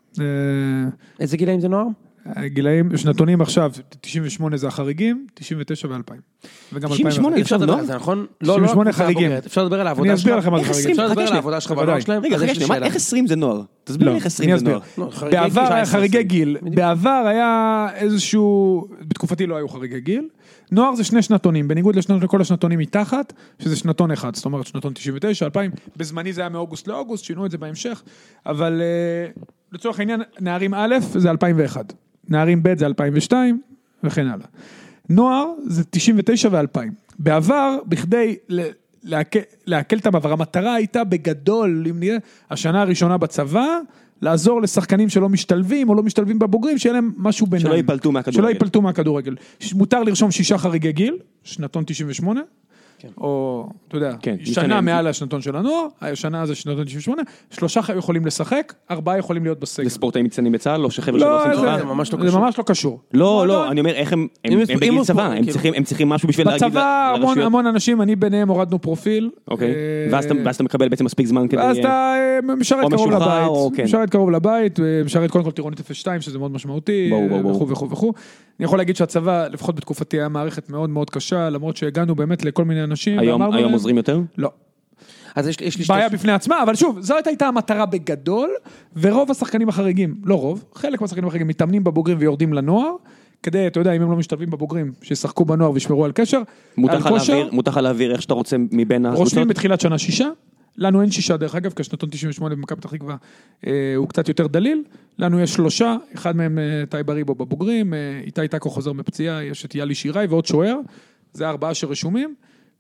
איזה גילאים זה נוער? גילאים, שנתונים עכשיו, 98 זה החריגים, 99 ו-2000. 98 אפשר לדבר על זה, נכון? 98 חריגים. אפשר לדבר על העבודה אני שלך. אסביר לכם מה זה חריגים. אפשר לדבר על העבודה שלך בנוער שלהם? רגע, איך 20 זה נוער? תסביר לי איך 20 זה נוער. בעבר היה חריגי גיל. בעבר היה איזשהו, בתקופתי לא היו חריגי גיל. נוער זה שני שנתונים, בניגוד לכל השנתונים מתחת, שזה שנתון אחד, זאת אומרת שנתון 99, 2000, בזמני זה היה מאוגוסט לאוגוסט, שינו את זה בהמשך, אבל לצורך העניין, נערים א' זה 2001, נערים ב' זה 2002, וכן הלאה. נוער זה 99 ו-2000. בעבר, בכדי להקל את המעבר, המטרה הייתה בגדול, השנה הראשונה בצבא, לעזור לשחקנים שלא משתלבים, או לא משתלבים בבוגרים, שיהיה להם משהו ביניים. שלא ייפלטו מהכדורגל. מותר לרשום 6 חריגי גיל, שנתון 98, או, אתה יודע, שנה מעל השנתון של הנוער, השנה זה שנתון 98, 3 יכולים לשחק, 4 יכולים להיות בסגל. זה ספורטאים מצטיינים בצה"ל, או שחבר'ה שלא עושים צבא? זה ממש לא קשור. לא, אני אומר, איך הם בגיל צבא, הם צריכים משהו בשביל להגיד בצבא, המון אנשים, אני ביניהם הורדנו פרופיל. אוקיי, ואז אתה מקבל בעצם מספיק זמן כדי... ואז אתה משרת קרוב לבית, משרת קודם כל טירונית 02, שזה מאוד משמעותי, וכו'. אני יכול להגיד שהצבא, לפחות בתקופתי, היה מערכת מאוד מאוד קשה, למרות שהגענו באמת לכל מיני אנשים. היום עוזרים יותר? לא. אז יש לי בעיה בפני עצמה, אבל שוב, זאת הייתה המטרה בגדול, ורוב השחקנים החריגים, לא רוב, חלק מהשחקנים החריגים מתאמנים בבוגרים ויורדים לנוער, כדי, אתה יודע, אם הם לא משתלבים בבוגרים, שישחקו בנוער וישמרו על קשר. מותר לך להעביר איך שאתה רוצה מבין הקבוצות? רושמים בתחילת שנה 6, לנו אין 6 דרך אגב, כשנתון 98 במכבי פתח תקווה הוא קצת יותר דליל, לנו יש 3, אחד מהם טייב אריבו בבוגרים, איתי טקו חוזר מפציעה, יש את יאלי שיראי ועוד שוער, זה 4 שרשומים,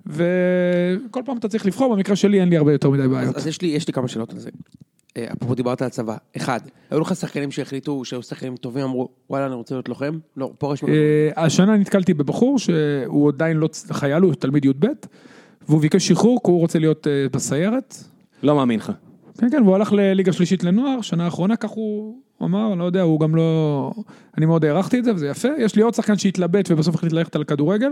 וכל פעם אתה צריך לבחור, במקרה שלי אין לי הרבה יותר מדי בעיות. אז יש לי כמה שאלות על זה. אפרופו דיברת על הצבא. 1, היו לך שחקנים שהחליטו שהיו שחקנים טובים, אמרו, וואלה, אני רוצה להיות לוחם? לא, פה רשמו. השנה נתקלתי בבחור שהוא עדיין לא חייל, הוא תלמיד י"ב, והוא ביקש שחרור, כי הוא רוצה להיות בסיירת. לא מאמין לך. כן, והוא הלך לליגה שלישית לנוער, שנה האחרונה, כך הוא אמר, לא יודע, הוא גם לא... אני מאוד הערכתי את זה, וזה יפה. יש לי עוד שחקן שהתלבט, ובסוף החליט ללכת על כדורגל.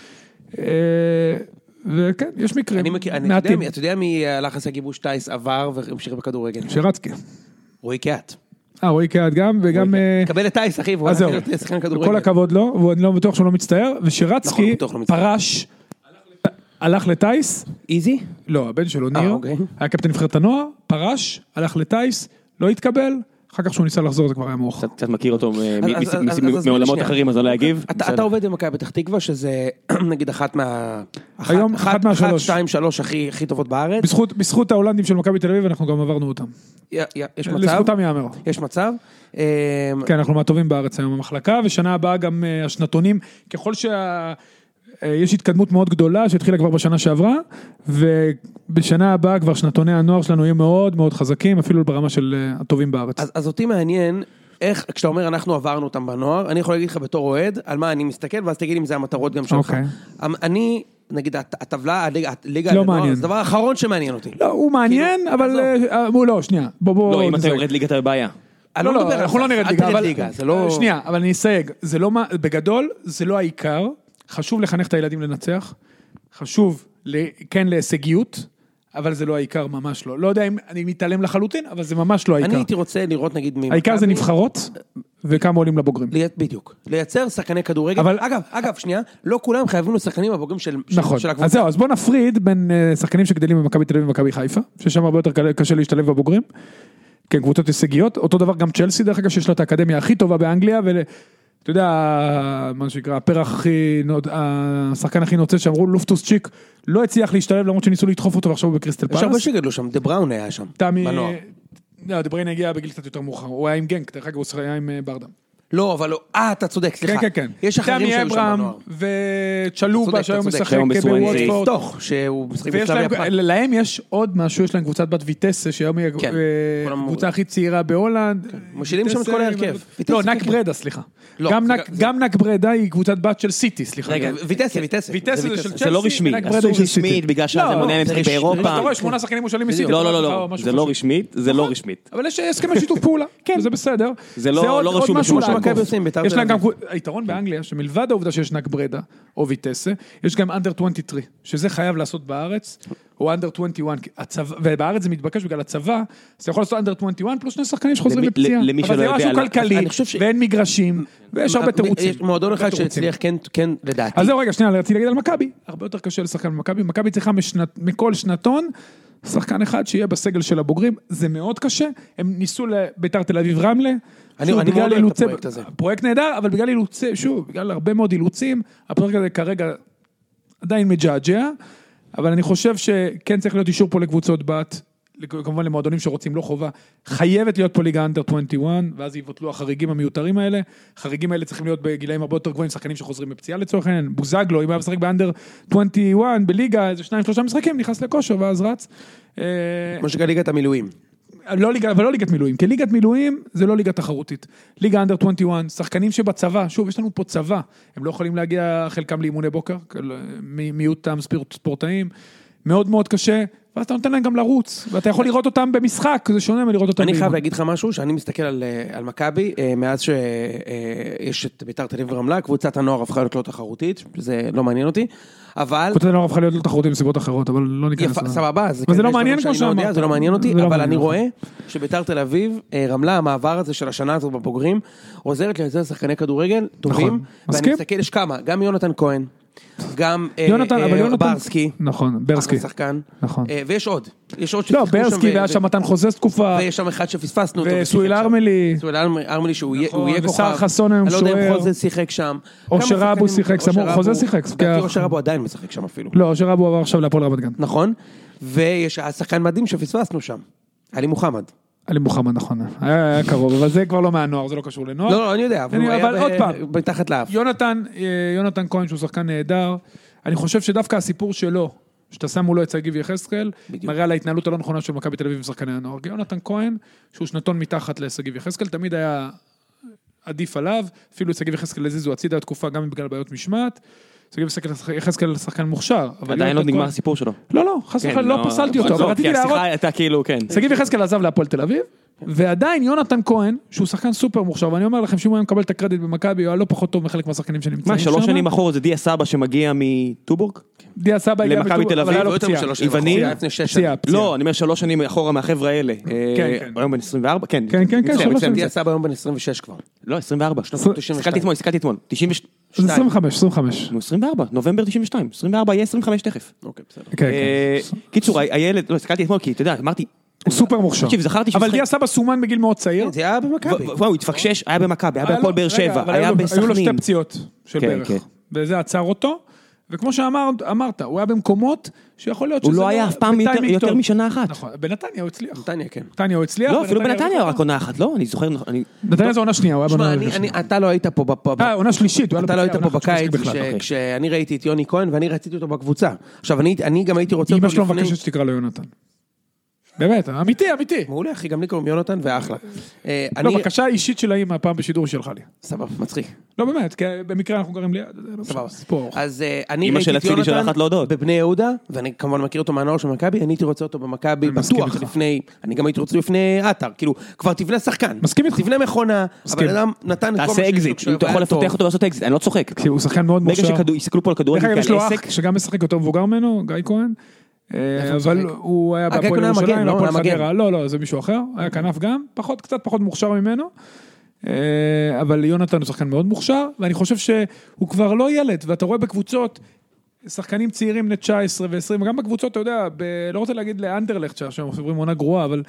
וכן, יש מקרים. אתה יודע מי הלך לעשות גיבוש טייס עבר והמשיך בכדורגל? שרצקי. רועי קיאט. רועי קיאט גם, וגם... קבל את טייס, אחי, והוא הלך לשחקן כדורגל. כל הכבוד לו, ואני לא בטוח שהוא לא מצטער, ושרצקי פרש, הלך לטייס. איזי? לא, הבן שלו, ניר, היה קפטן נבחרת הנוער, פרש, הלך לטייס, לא התקבל, אחר כך שהוא ניסה לחזור זה כבר היה מאוחר. קצת מכיר אותו מעולמות אחרים, אז לא להגיב. אתה עובד במכבי פתח תקווה, שזה נגיד אחת היום אחת מהשלוש. 2, 3 הכי טובות בארץ. בזכות ההולנדים של מכבי תל אביב, אנחנו גם עברנו אותם. יש מצב. לזכותם יאמר. יש מצב. כן, אנחנו מהטובים בארץ היום במחלקה, ושנה הבאה גם השנתונים, ככל יש התקדמות מאוד גדולה, שהתחילה כבר בשנה שעברה, ובשנה הבאה כבר שנתוני הנוער שלנו יהיו מאוד מאוד חזקים, אפילו ברמה של הטובים בארץ. אז אותי מעניין, איך, כשאתה אומר אנחנו עברנו אותם בנוער, אני יכול להגיד לך בתור אוהד, על מה אני מסתכל, ואז תגיד אם זה המטרות גם שלך. אני, נגיד, הטבלה, הליגה לנוער, זה דבר האחרון שמעניין אותי. לא, הוא מעניין, אבל, לא, שנייה, בוא. לא, אם אתה יורד ליגה אתה בבעיה. לא, אנחנו לא נרד ליגה, אבל, שנייה, אבל אני אסייג, זה לא, בגדול, זה לא העיקר, חשוב לחנך את הילדים לנצח, חשוב כן להישגיות, אבל זה לא העיקר, ממש לא. לא יודע אם אני מתעלם לחלוטין, אבל זה ממש לא העיקר. אני הייתי רוצה לראות נגיד העיקר זה נבחרות, וכמה עולים לבוגרים. בדיוק. לייצר שחקני כדורגל. אגב, שנייה, לא כולם חייבים לשחקנים הבוגרים של הקבוצה. אז זהו, אז בוא נפריד בין שחקנים שגדלים במכבי תל אביב ומכבי חיפה, ששם הרבה יותר קשה להשתלב בבוגרים. כן, קבוצות הישגיות. אותו דבר גם צ'לסי, דרך אגב, שיש לה את האקדמיה הכי טובה באנגליה, אתה יודע, מה שנקרא, השחקן הכי נוצץ שאמרו, לופטוס צ'יק, לא הצליח להשתלב, למרות שניסו לדחוף אותו ועכשיו בקריסטל פלאס. יש הרבה שגדלו שם, דה בראון היה שם, בנוער. לא, דה בראון הגיע בגיל קצת יותר מאוחר, הוא היה עם גנק, דרך אגב, הוא היה עם ברדם. לא, אבל לא, אתה צודק, סליחה. כן, כן, כן. יש אחרים שהיו שם בנוער. וצ'לובה שהיום משחק בוואטפורד. תוך, שהוא משחק בסלאביה פראג. להם יש עוד משהו, יש להם קבוצת בת ויטסה, שהיום היא הקבוצה הכי צעירה בהולנד. משילים שם את כל ההרכב. לא, נק ברדה, סליחה. גם נק ברדה היא קבוצת בת של סיטי, סליחה. רגע, ויטסה. ויטסה זה של צ'לסי. זה לא רשמי, אסור רשמית, בגלל שזה מונע משחק באירופה. אתה רואה, 8 שחקנים מושאלים מסיטי. לא, זה לא רשמית, זה לא רשמית. אבל יש הסכמי שיתוף פעולה, זה בסדר. זה לא רשום בשום יש להם גם היתרון באנגליה, שמלבד העובדה שיש נק ברדה או ויטסה, יש גם אנדר 23, שזה חייב לעשות בארץ, או אנדר 21, ובארץ זה מתבקש בגלל הצבא, אז אתה יכול לעשות אנדר 21 פלוס 2 שחקנים שחוזרים לפציעה, אבל זה משהו כלכלי, ואין מגרשים, ויש הרבה תירוצים. יש מועדון אחד שהצליח כן לדעתי. אז זהו רגע, שנייה, רציתי להגיד על מכבי, הרבה יותר קשה לשחקן במכבי, מכבי צריכה מכל שנתון, שחקן אחד שיהיה בסגל של הבוגרים, זה מאוד קשה, הם ניסו לביתר תל אביב רמלה, אני מאוד אוהב את הפרויקט הזה. פרויקט נהדר, אבל בגלל אילוצים, שוב, בגלל הרבה מאוד אילוצים, הפרויקט הזה כרגע עדיין מג'עג'ע, אבל אני חושב שכן צריך להיות אישור פה לקבוצות בת, כמובן למועדונים שרוצים לא חובה, חייבת להיות פה ליגה אנדר 21, ואז יבוטלו החריגים המיותרים האלה, החריגים האלה צריכים להיות בגילאים הרבה יותר גבוהים, שחקנים שחוזרים בפציעה לצורך העניין, בוזגלו, אם היה משחק באנדר 21 בליגה, איזה 2-3 משחקים, נכנס לכושר ואז רץ. כמו שגם ליגת המילואים. אבל לא ליגת מילואים, כי ליגת מילואים זה לא ליגה תחרותית. ליגה אנדר 21, שחקנים שבצבא, שוב, יש לנו פה צבא, הם לא יכולים להגיע חלקם לאימוני בוקר, מיעוטם ספורטאים, מאוד מאוד קשה, ואז אתה נותן להם גם לרוץ, ואתה יכול לראות אותם במשחק, זה שונה מלראות אותם באימון. אני חייב להגיד לך משהו, שאני מסתכל על מכבי, מאז שיש את ביתר תל אביב ורמלה, קבוצת הנוער הפכה להיות לא תחרותית, זה לא מעניין אותי, אבל... קבוצת הנוער הפכה להיות לא תחרותית מסיבות אחרות, אבל לא ניכנס לזה. סבבה, זה לא מעניין כמו שאמרת. זה לא מעניין אותי, אבל אני רואה שביתר תל אביב, רמלה, המעבר הזה של השנה הזאת בבוגרים, עוזרת לייצר שחקני כדורגל טובים, ואני מסתכל, יש כמה, גם יונתן כהן, גם ברסקי, נכון, ברסקי, שחקן, נכון, ויש עוד, לא, ברסקי והיה שם מתן חוזז תקופה, ויש שם אחד שפספסנו, וסואל ארמלי, שהוא יהיה כוכב, ושר חסון היום שוער, אני לא יודע אם חוזז שיחק שם, אושר אבו שיחק, חוזז שיחק, אושר אבו עדיין משחק שם אפילו, לא, אושר אבו עבר עכשיו להפועל רמת גן, נכון, ויש שחקן מדהים שפספסנו שם, עלי מוחמד, עלי מוחמד, נכון, היה קרוב, אבל זה כבר לא מהנוער, זה לא קשור לנוער. לא, אני יודע, אבל עוד פעם, מתחת לאף. יונתן כהן, שהוא שחקן נהדר, אני חושב שדווקא הסיפור שלו, שאתה שם מולו את שגיב יחזקאל, מראה על ההתנהלות הלא נכונה של מכבי תל אביב ושחקני הנוער. יונתן כהן, שהוא שנתון מתחת לשגיב יחזקאל, תמיד היה עדיף עליו, אפילו שגיב יחזקאל הזיזו הצידה התקופה גם בגלל בעיות משמעת, שגיב יחזקאל שחקן מוכשר. עדיין עוד נגמר הסיפור שלו. לא, חס וחלילה, לא פסלתי אותו, אבל רציתי להראות. שגיב יחזקאל עזב להפועל תל אביב, ועדיין יונתן כהן, שהוא שחקן סופר מוכשר, ואני אומר לכם שאם הוא היה מקבל את הקרדיט במכבי, הוא היה לא פחות טוב מחלק מהשחקנים שנמצאים שם. 3 שנים אחורה זה דיה סבא שמגיע מטובורג? דיה סבא הגיע למכבי תל אביב, יווני? לא, אני אומר 3 שנים אחורה מהחבר'ה האלה. היום בן 24? כן. כן. דיה סבא היום בן 26 כבר. לא, 24. הסתכלתי אתמול. 25. 24, נובמבר 92. 24 יהיה 25 תכף. אוקיי, בסדר. קיצור, הילד, לא, הסתכלתי אתמול, כי אתה יודע, אמרתי, הוא סופר מוכשר. תקשיב, זכרתי אבל דיה סבא סומן בגיל מאוד צעיר. זה היה במכבי. הוא התפקשש, היה במכבי, היה בהפועל באר שבע, היה בסכנין. היו לו שתי פציעות של ברך. וזה עצר אותו. וכמו שאמרת, הוא היה במקומות שיכול להיות שזה הוא לא היה אף פעם יותר משנה אחת. נכון, בנתניה הוא הצליח. נתניה, כן. נתניה הוא הצליח. לא, אפילו בנתניה הוא רק עונה אחת, לא? אני זוכר... נתניה זו עונה שנייה, הוא היה בעונה שנייה. אתה לא היית פה... עונה שלישית. אתה לא היית פה בקיץ, כשאני ראיתי את יוני כהן, ואני רציתי אותו בקבוצה. עכשיו, אני גם הייתי רוצה אותו לפני... אמא שלו מבקשת שתקרא לו יונתן. באמת, אמיתי. מעולה, אחי, גם לי קוראים יונתן ואחלה. לא, בקשה אישית של האמא הפעם בשידור שלך לי. סבבה, מצחיק. לא באמת, כי במקרה אנחנו גרים ליד, סבבה. ספור. אז אני ראיתי את יונתן בבני יהודה, ואני כמובן מכיר אותו מהנוער של מכבי, אני הייתי רוצה אותו במכבי בטוח לפני, אני גם הייתי רוצה לפני אתר, כאילו, כבר תבנה שחקן. מסכים איתך. תבנה מכונה, אבל אדם נתן את כל מה תעשה אקזיט, אם אתה יכול לפתח אותו לעשות אקזיט, אני לא צוחק. כי הוא שחקן מאוד מוכשר. ברגע שיסתכלו פה על כדורגל כעל עסק. שגם משחק יותר מבוגר ממנו, גיא כהן. אבל הוא היה בהפועל ירושלים, בהפועל חדרה, לא, זה מישהו אחר, היה כנף גם, קצת פחות מוכשר ממנו, אבל יונתן הוא שחקן מאוד מוכשר, ואני חושב שהוא כבר לא ילד, ואתה רואה בקבוצות, שחקנים צעירים בני 19 ו-20, וגם בקבוצות, אתה יודע, לא רוצה להגיד לאנדרלכט, שהם עוברים עונה גרועה, אבל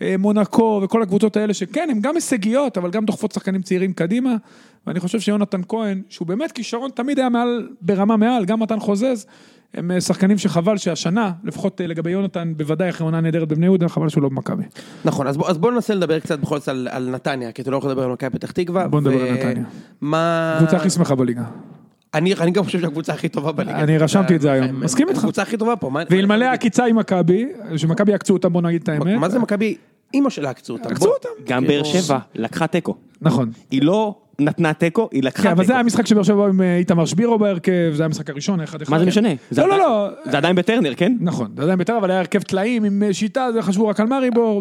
מונקו וכל הקבוצות האלה, שכן, הם גם הישגיות, אבל גם דוחפות שחקנים צעירים קדימה, ואני חושב שיונתן כהן, שהוא באמת כישרון, תמיד היה ברמה מעל, גם מתן חוזז, הם שחקנים שחבל שהשנה, לפחות לגבי יונתן, בוודאי אחרי עונה נהדרת בבני יהודה, חבל שהוא לא במכבי. נכון, אז בואו ננסה לדבר קצת בכל זאת על נתניה, כי אתה לא יכול לדבר על מכבי פתח תקווה. בואו נדבר על נתניה. הקבוצה הכי שמחה בליגה. אני גם חושב שהקבוצה הכי טובה בליגה. אני רשמתי את זה היום, מסכים איתך. הקבוצה הכי טובה פה. ואלמלא הקיצה עם מכבי, שמכבי יקצו אותם, בוא נגיד את האמת. מה זה מכבי? אמא שלה יקצו אותם. גם באר שבע לקחה תיקו. נכון. היא לא נתנה תיקו, היא לקחה תיקו. אבל זה היה המשחק שבאר שבע עם איתמר שבירו בהרכב, זה היה המשחק הראשון, 1-1. מה זה משנה? לא. זה עדיין בטרנר, כן? נכון, זה עדיין בטרנר, אבל היה הרכב טלאים עם שיטה, זה חשבו רק על מריבור.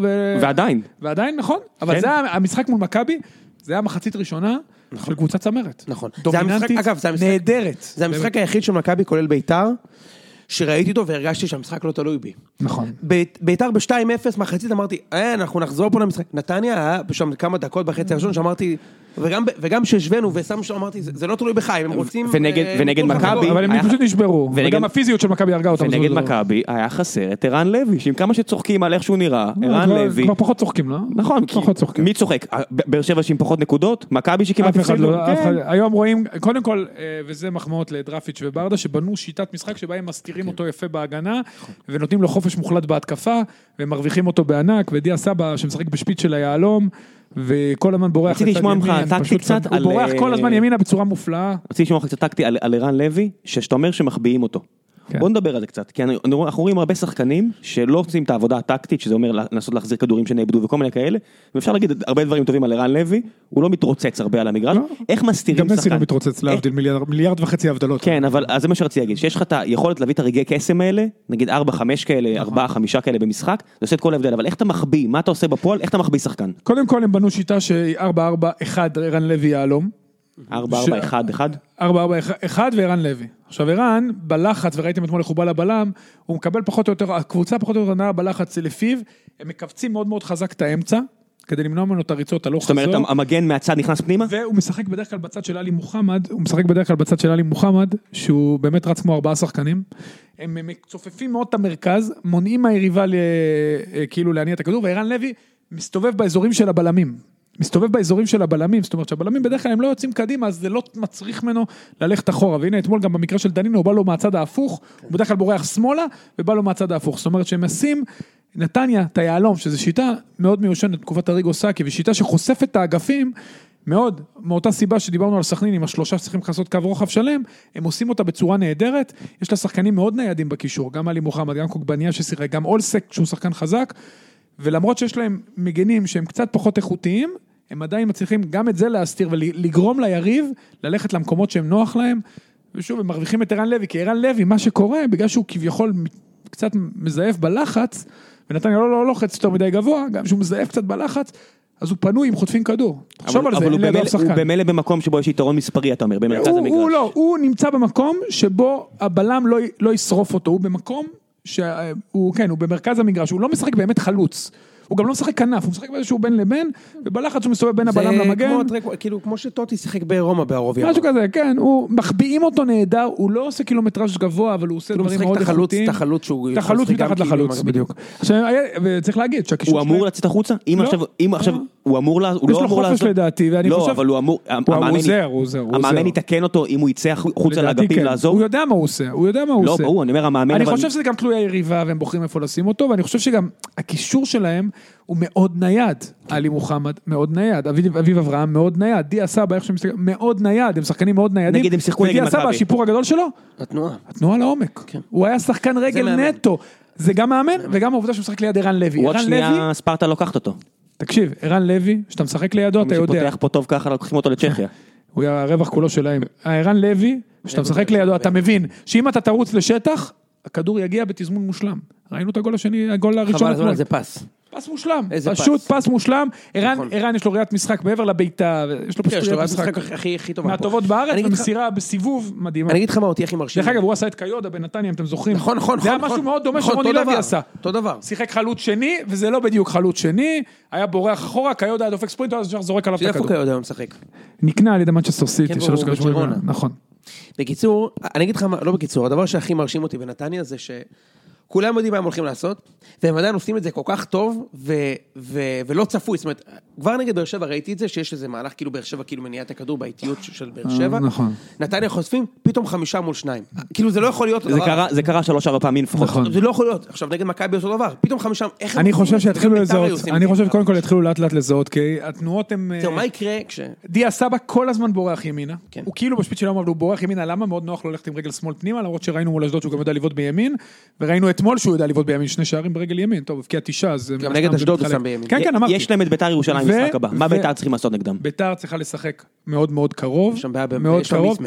ועדיין, נכון. אבל זה המשחק מול מכבי, זה היה מחצית ראשונה של קבוצת צמרת. נכון. דומיננטית, נהדרת. זה המשחק היחיד של מכבי, כולל ביתר, שראיתי אותו והרגשתי שהמשחק לא תלוי בי. נכון. ביתר ב-2-0, מחצית אמרתי, אנחנו נחזור פה למשחק. נתניה היה שם כמה דקות בחצי הראשון, שאמרתי, וגם שהשווינו ושמו שם, אמרתי, זה לא תלוי בחי, הם רוצים... ונגד מכבי... אבל הם פשוט נשברו, וגם הפיזיות של מכבי הרגה אותם. ונגד מכבי היה חסר את ערן לוי, שעם כמה שצוחקים על איך שהוא נראה, ערן לוי... כבר פחות צוחקים, לא? נכון, מי צוחק? באר שבע שעם פחות נקודות, מכבי שכמעט הפסידו. היום רואים, קודם כל, וזה מחמאות לדרפיץ' וברדה, שבנו שיטת משחק שבה הם מסתירים אותו יפה בהגנה, ונותנים לו חופש מוחלט בהתקפה, ומרוויחים אותו בענק, ודיה סבא שמשחק בשפיץ של היעלום, וכל הזמן בורח רציתי לשמוע ממך טקטי קצת הוא בורח כל הזמן ימינה בצורה מופלאה. רציתי לשמוע ממך קצת טקטי על ערן לוי, שאתה אומר שמחביאים אותו. בוא נדבר על זה קצת, כי אנחנו רואים הרבה שחקנים שלא עושים את העבודה הטקטית, שזה אומר לנסות להחזיר כדורים שנאבדו וכל מיני כאלה, ואפשר להגיד הרבה דברים טובים על ערן לוי, הוא לא מתרוצץ הרבה על המגרש, איך מסתירים שחקן? גם מסי לא מתרוצץ להבדיל, 1.5 מיליארד הבדלות. כן, אבל זה מה שרציתי להגיד, שיש לך את היכולת להביא את הרגעי קסם האלה, נגיד 4-5 כאלה, 4-5 כאלה במשחק, זה עושה את כל ההבדל, אבל איך אתה מחביא, מה אתה עושה בפועל, איך אתה מחביא שחקן? קודם כל הם בנו שיטה שהיא 4-4-1 ערן לוי יעלום. 4-4-1-1? 4-4-1 וערן לוי. עכשיו ערן, בלחץ, וראיתם אתמול איך הוא בא לבלם, הוא מקבל פחות או יותר, הקבוצה פחות או יותר נעה בלחץ לפיו, הם מקבצים מאוד מאוד חזק את האמצע, כדי למנוע ממנו את הריצות הלוך חזור. זאת אומרת, המגן מהצד נכנס פנימה? והוא משחק בדרך כלל בצד של עלי מוחמד, שהוא באמת רץ כמו 4 שחקנים, הם מצופפים מאוד את המרכז, מונעים מהיריבה כאילו להניע את הכדור, וערן לוי מסתובב באזורים של הבלמים. זאת אומרת שהבלמים בדרך כלל הם לא יוצאים קדימה, אז זה לא מצריך ממנו ללכת אחורה, והנה אתמול גם במקרה של דנינו, הוא בא לו מהצד ההפוך, הוא בדרך כלל בורח שמאלה, ובא לו מהצד ההפוך, זאת אומרת שהם עושים נתניה, את היעלום, שזו שיטה מאוד מיושנת, תקופת הריגו סאקי, ושיטה שחושפת את האגפים, מאוד, מאותה סיבה שדיברנו על סכנין, עם 3 שצריכים לעשות קו רוחב שלם, הם עושים אותה בצורה נהדרת, יש לה שחקנים מאוד ניידים בקישור, גם עלי מוחמד, גם קוגבניה ששיחק, גם אולסק, שהוא שחקן חזק, ולמרות שיש להם מגנים שהם קצת פחות איכותיים, הם עדיין מצליחים גם את זה להסתיר ולגרום ליריב ללכת למקומות שהם נוח להם, ושוב, הם מרוויחים את ערן לוי, כי ערן לוי, מה שקורה, בגלל שהוא כביכול קצת מזייף בלחץ, ונתניה לא לוחץ יותר מדי גבוה, גם שהוא מזייף קצת בלחץ, אז הוא פנוי אם חוטפים כדור. אבל הוא במילא במקום שבו יש יתרון מספרי, אתה אומר, במרכז המגרש. הוא נמצא במקום שבו הבלם לא ישרוף אותו, הוא במקום שהוא, כן, הוא במרכז המגרש, הוא לא משחק באמת חלוץ. הוא גם לא משחק כנף, הוא משחק באיזשהו בין לבין, ובלחץ שהוא מסתובב בין הבלם למגן. כאילו, כמו שטוטי שיחק ברומא בערוב יער. משהו כזה, כן, הוא מחביאים אותו נהדר, הוא לא עושה קילומטראז' גבוה, אבל הוא עושה דברים מאוד איכותיים. תחלוץ שהוא... תחלוץ מתחת לחלוץ, בדיוק. וצריך להגיד שהקישור הוא אמור לצאת החוצה? אם עכשיו הוא אמור לעזור? הוא לא אמור לעזור? יש לו חופש לדעתי, ואני חושב... לא, אבל הוא אמור... המאמן יתקן אותו אם הוא יצא החוצה לאגפים לעזור? הוא יודע מה הוא עושה, לא, ברור, אני אומר המאמן... אני חושב שזה גם תלוי היריבה, והם בוחרים איפה לשים אותו, ואני חושב שגם הקישור שלהם הוא מאוד נייד. עלי מוחמד מאוד נייד, אביב אברהם מאוד נייד, דיה סבא, איך שהם מסתכלים, מאוד נייד, הם שחקנים מאוד ניידים. נגיד הם שיחקו נגד מכבי. ודיה סבא, השיפור הגדול שלו? התנועה לעומק. הוא היה שחקן רגל נטו. זה גם מאמן, וגם העובדה שהוא משחק ליד ערן לוי. עוד שנייה ספרטה לוקחת אותו. תקשיב, ערן לוי, שאתה משחק לידו, אתה יודע. מי שפותח פה טוב ככה, לוקחים אותו לצ'כיה. הוא היה הרווח כולו שלהם. ערן לוי, שאתה משחק לידו, אתה מבין שאם אתה תרוץ לשטח, הכדור יגיע בתזמון מושלם. ראינו את הגול השני, הגול הראשון. חבל, זה פס. פס מושלם, פשוט פס מושלם. ערן יש לו ראיית משחק בעבר לביתה, יש לו פשוט ראיית משחק הכי טובה. מהטובות בארץ, ומסירה בסיבוב מדהימה. אני אגיד לך מה אותי הכי מרשים. דרך אגב, הוא עשה את קיודה בנתניה, אם אתם זוכרים. נכון. זה היה משהו מאוד דומה שרוני לוי עשה. אותו דבר. שיחק חלוץ שני, וזה לא בדיוק חלוץ שני, היה בורח אחורה, קיודה היה דופק ספרינט, אז זורק עליו את הכדור. איפה קיודה הוא משחק? נקנה על ידי מנצ'סטר סיטי, נכון. בקיצור, אני אגיד לך, לא בקיצור, הדבר שהכי מרשים אותי בנתניה זה כולם יודעים מה הם הולכים לעשות, והם עדיין עושים את זה כל כך טוב, ולא צפוי, זאת אומרת, כבר נגד באר שבע ראיתי את זה, שיש איזה מהלך כאילו באר שבע, כאילו מניעת הכדור באיטיות של באר שבע, נתניה חושפים, פתאום 5 מול 2, כאילו זה לא יכול להיות, זה קרה 3-4 פעמים לפחות, זה לא יכול להיות, עכשיו נגד מכבי אותו דבר, פתאום 5, איך אני חושב שיתחילו לזהות, אני חושב קודם כל יתחילו לאט לאט לזהות, כי התנועות הם, מה יקרה כש... דיה סבא כל הזמן בורח ימינה, הוא כאילו בשפיץ שלו, אבל הוא בורח ימינה, למה מאוד נוח לו ללכת עם רגל שמאל פנימה, למרות שראינו מול אשדוד שהוא גם יודע לבעוט בימין, וראינו אתמול שהוא יודע לבעוט בימין 2 שערים ברגל ימין, טוב, הבקיע 9, אז גם נגד אשדוד הוא שם בימין. כן, אמרתי. יש להם את ביתר ירושלים במשחק הבא. מה ביתר צריכים לעשות נגדם? ביתר צריכה לשחק מאוד מאוד קרוב, מאוד קרוב,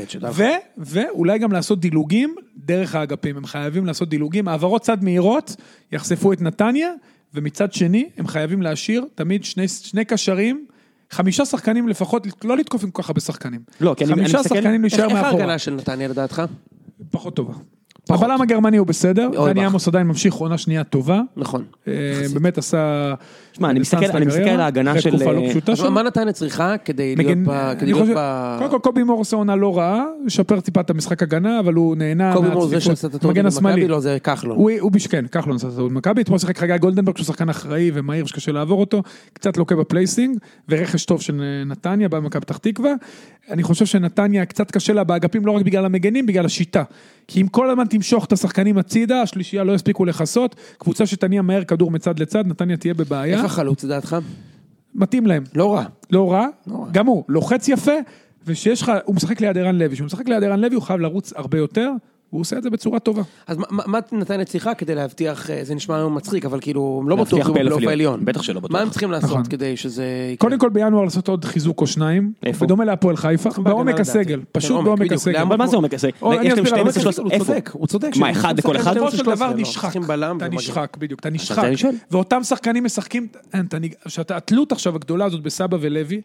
ואולי גם לעשות דילוגים דרך האגפים. הם חייבים לעשות דילוגים, העברות צד מהירות יחשפו את נתניה, ומצד שני הם חייבים להשאיר תמיד שני קשרים, 5 שחקנים לפחות, לא לתקוף עם ככה בשחקנים. לא, כי 5 שחקנים להישאר מאחורה. איך ההגנה של נתניה לדעתך? פחות טובה. הבלם הגרמני הוא בסדר, דני עמוס עדיין ממשיך עונה שנייה טובה. נכון. באמת עשה... שמע, אני מסתכל על ההגנה של... מה נתניה צריכה כדי להיות ב... קודם כל, קובי מור עושה עונה לא רעה, לשפר טיפה את המשחק הגנה, אבל הוא נהנה... קובי מור זה שעשה את הטעות במכבי, לא, זה כחלון. הוא בשכן, כחלון עשה את הטעות במכבי, אתמול שיחק חגי גולדנברג, שהוא שחקן אחראי ומהיר שקשה לעבור אותו, קצת לוקה בפלייסינג, ורכש טוב של נתניה במכבי פתח תקווה. אני חושב שנתניה קצת קשה לה באגפים, לא רק בגלל המגנים, בגלל השיטה. כי אם כל הזמן תמשוך את השחקנים הצידה, השלישייה לא יספיקו לחסות, קבוצה שתניע מהר כדור מצד לצד, נתניה תהיה בבעיה. איך החלוץ, דעתך? מתאים להם. לא רע. לא רע. גם הוא, לוחץ יפה, ושיש לך, הוא משחק ליד ערן לוי, שהוא משחק ליד ערן לוי, הוא חייב לרוץ הרבה יותר, והוא עושה את זה בצורה טובה. אז מה נתניה צריכה כדי להבטיח, זה נשמע היום מצחיק, אבל כאילו, לא בטוח שהוא בפלייאוף העליון. בטח שלא בטוח. מה הם צריכים לעשות כדי שזה יקרה? קודם כל בינואר לעשות עוד חיזוק או 2, בדומה להפועל חיפה, בעומק הסגל, פשוט בעומק הסגל. אבל מה זה עומק הסגל? יש להם 12, איפה? הוא צודק. מה, אחד לכל אחד? בסופו של דבר נשחק. אתה נשחק, בדיוק, אתה נשחק. ואותם שחקנים משחקים, התלות עכשיו הגדולה הזאת בסבא ולוי,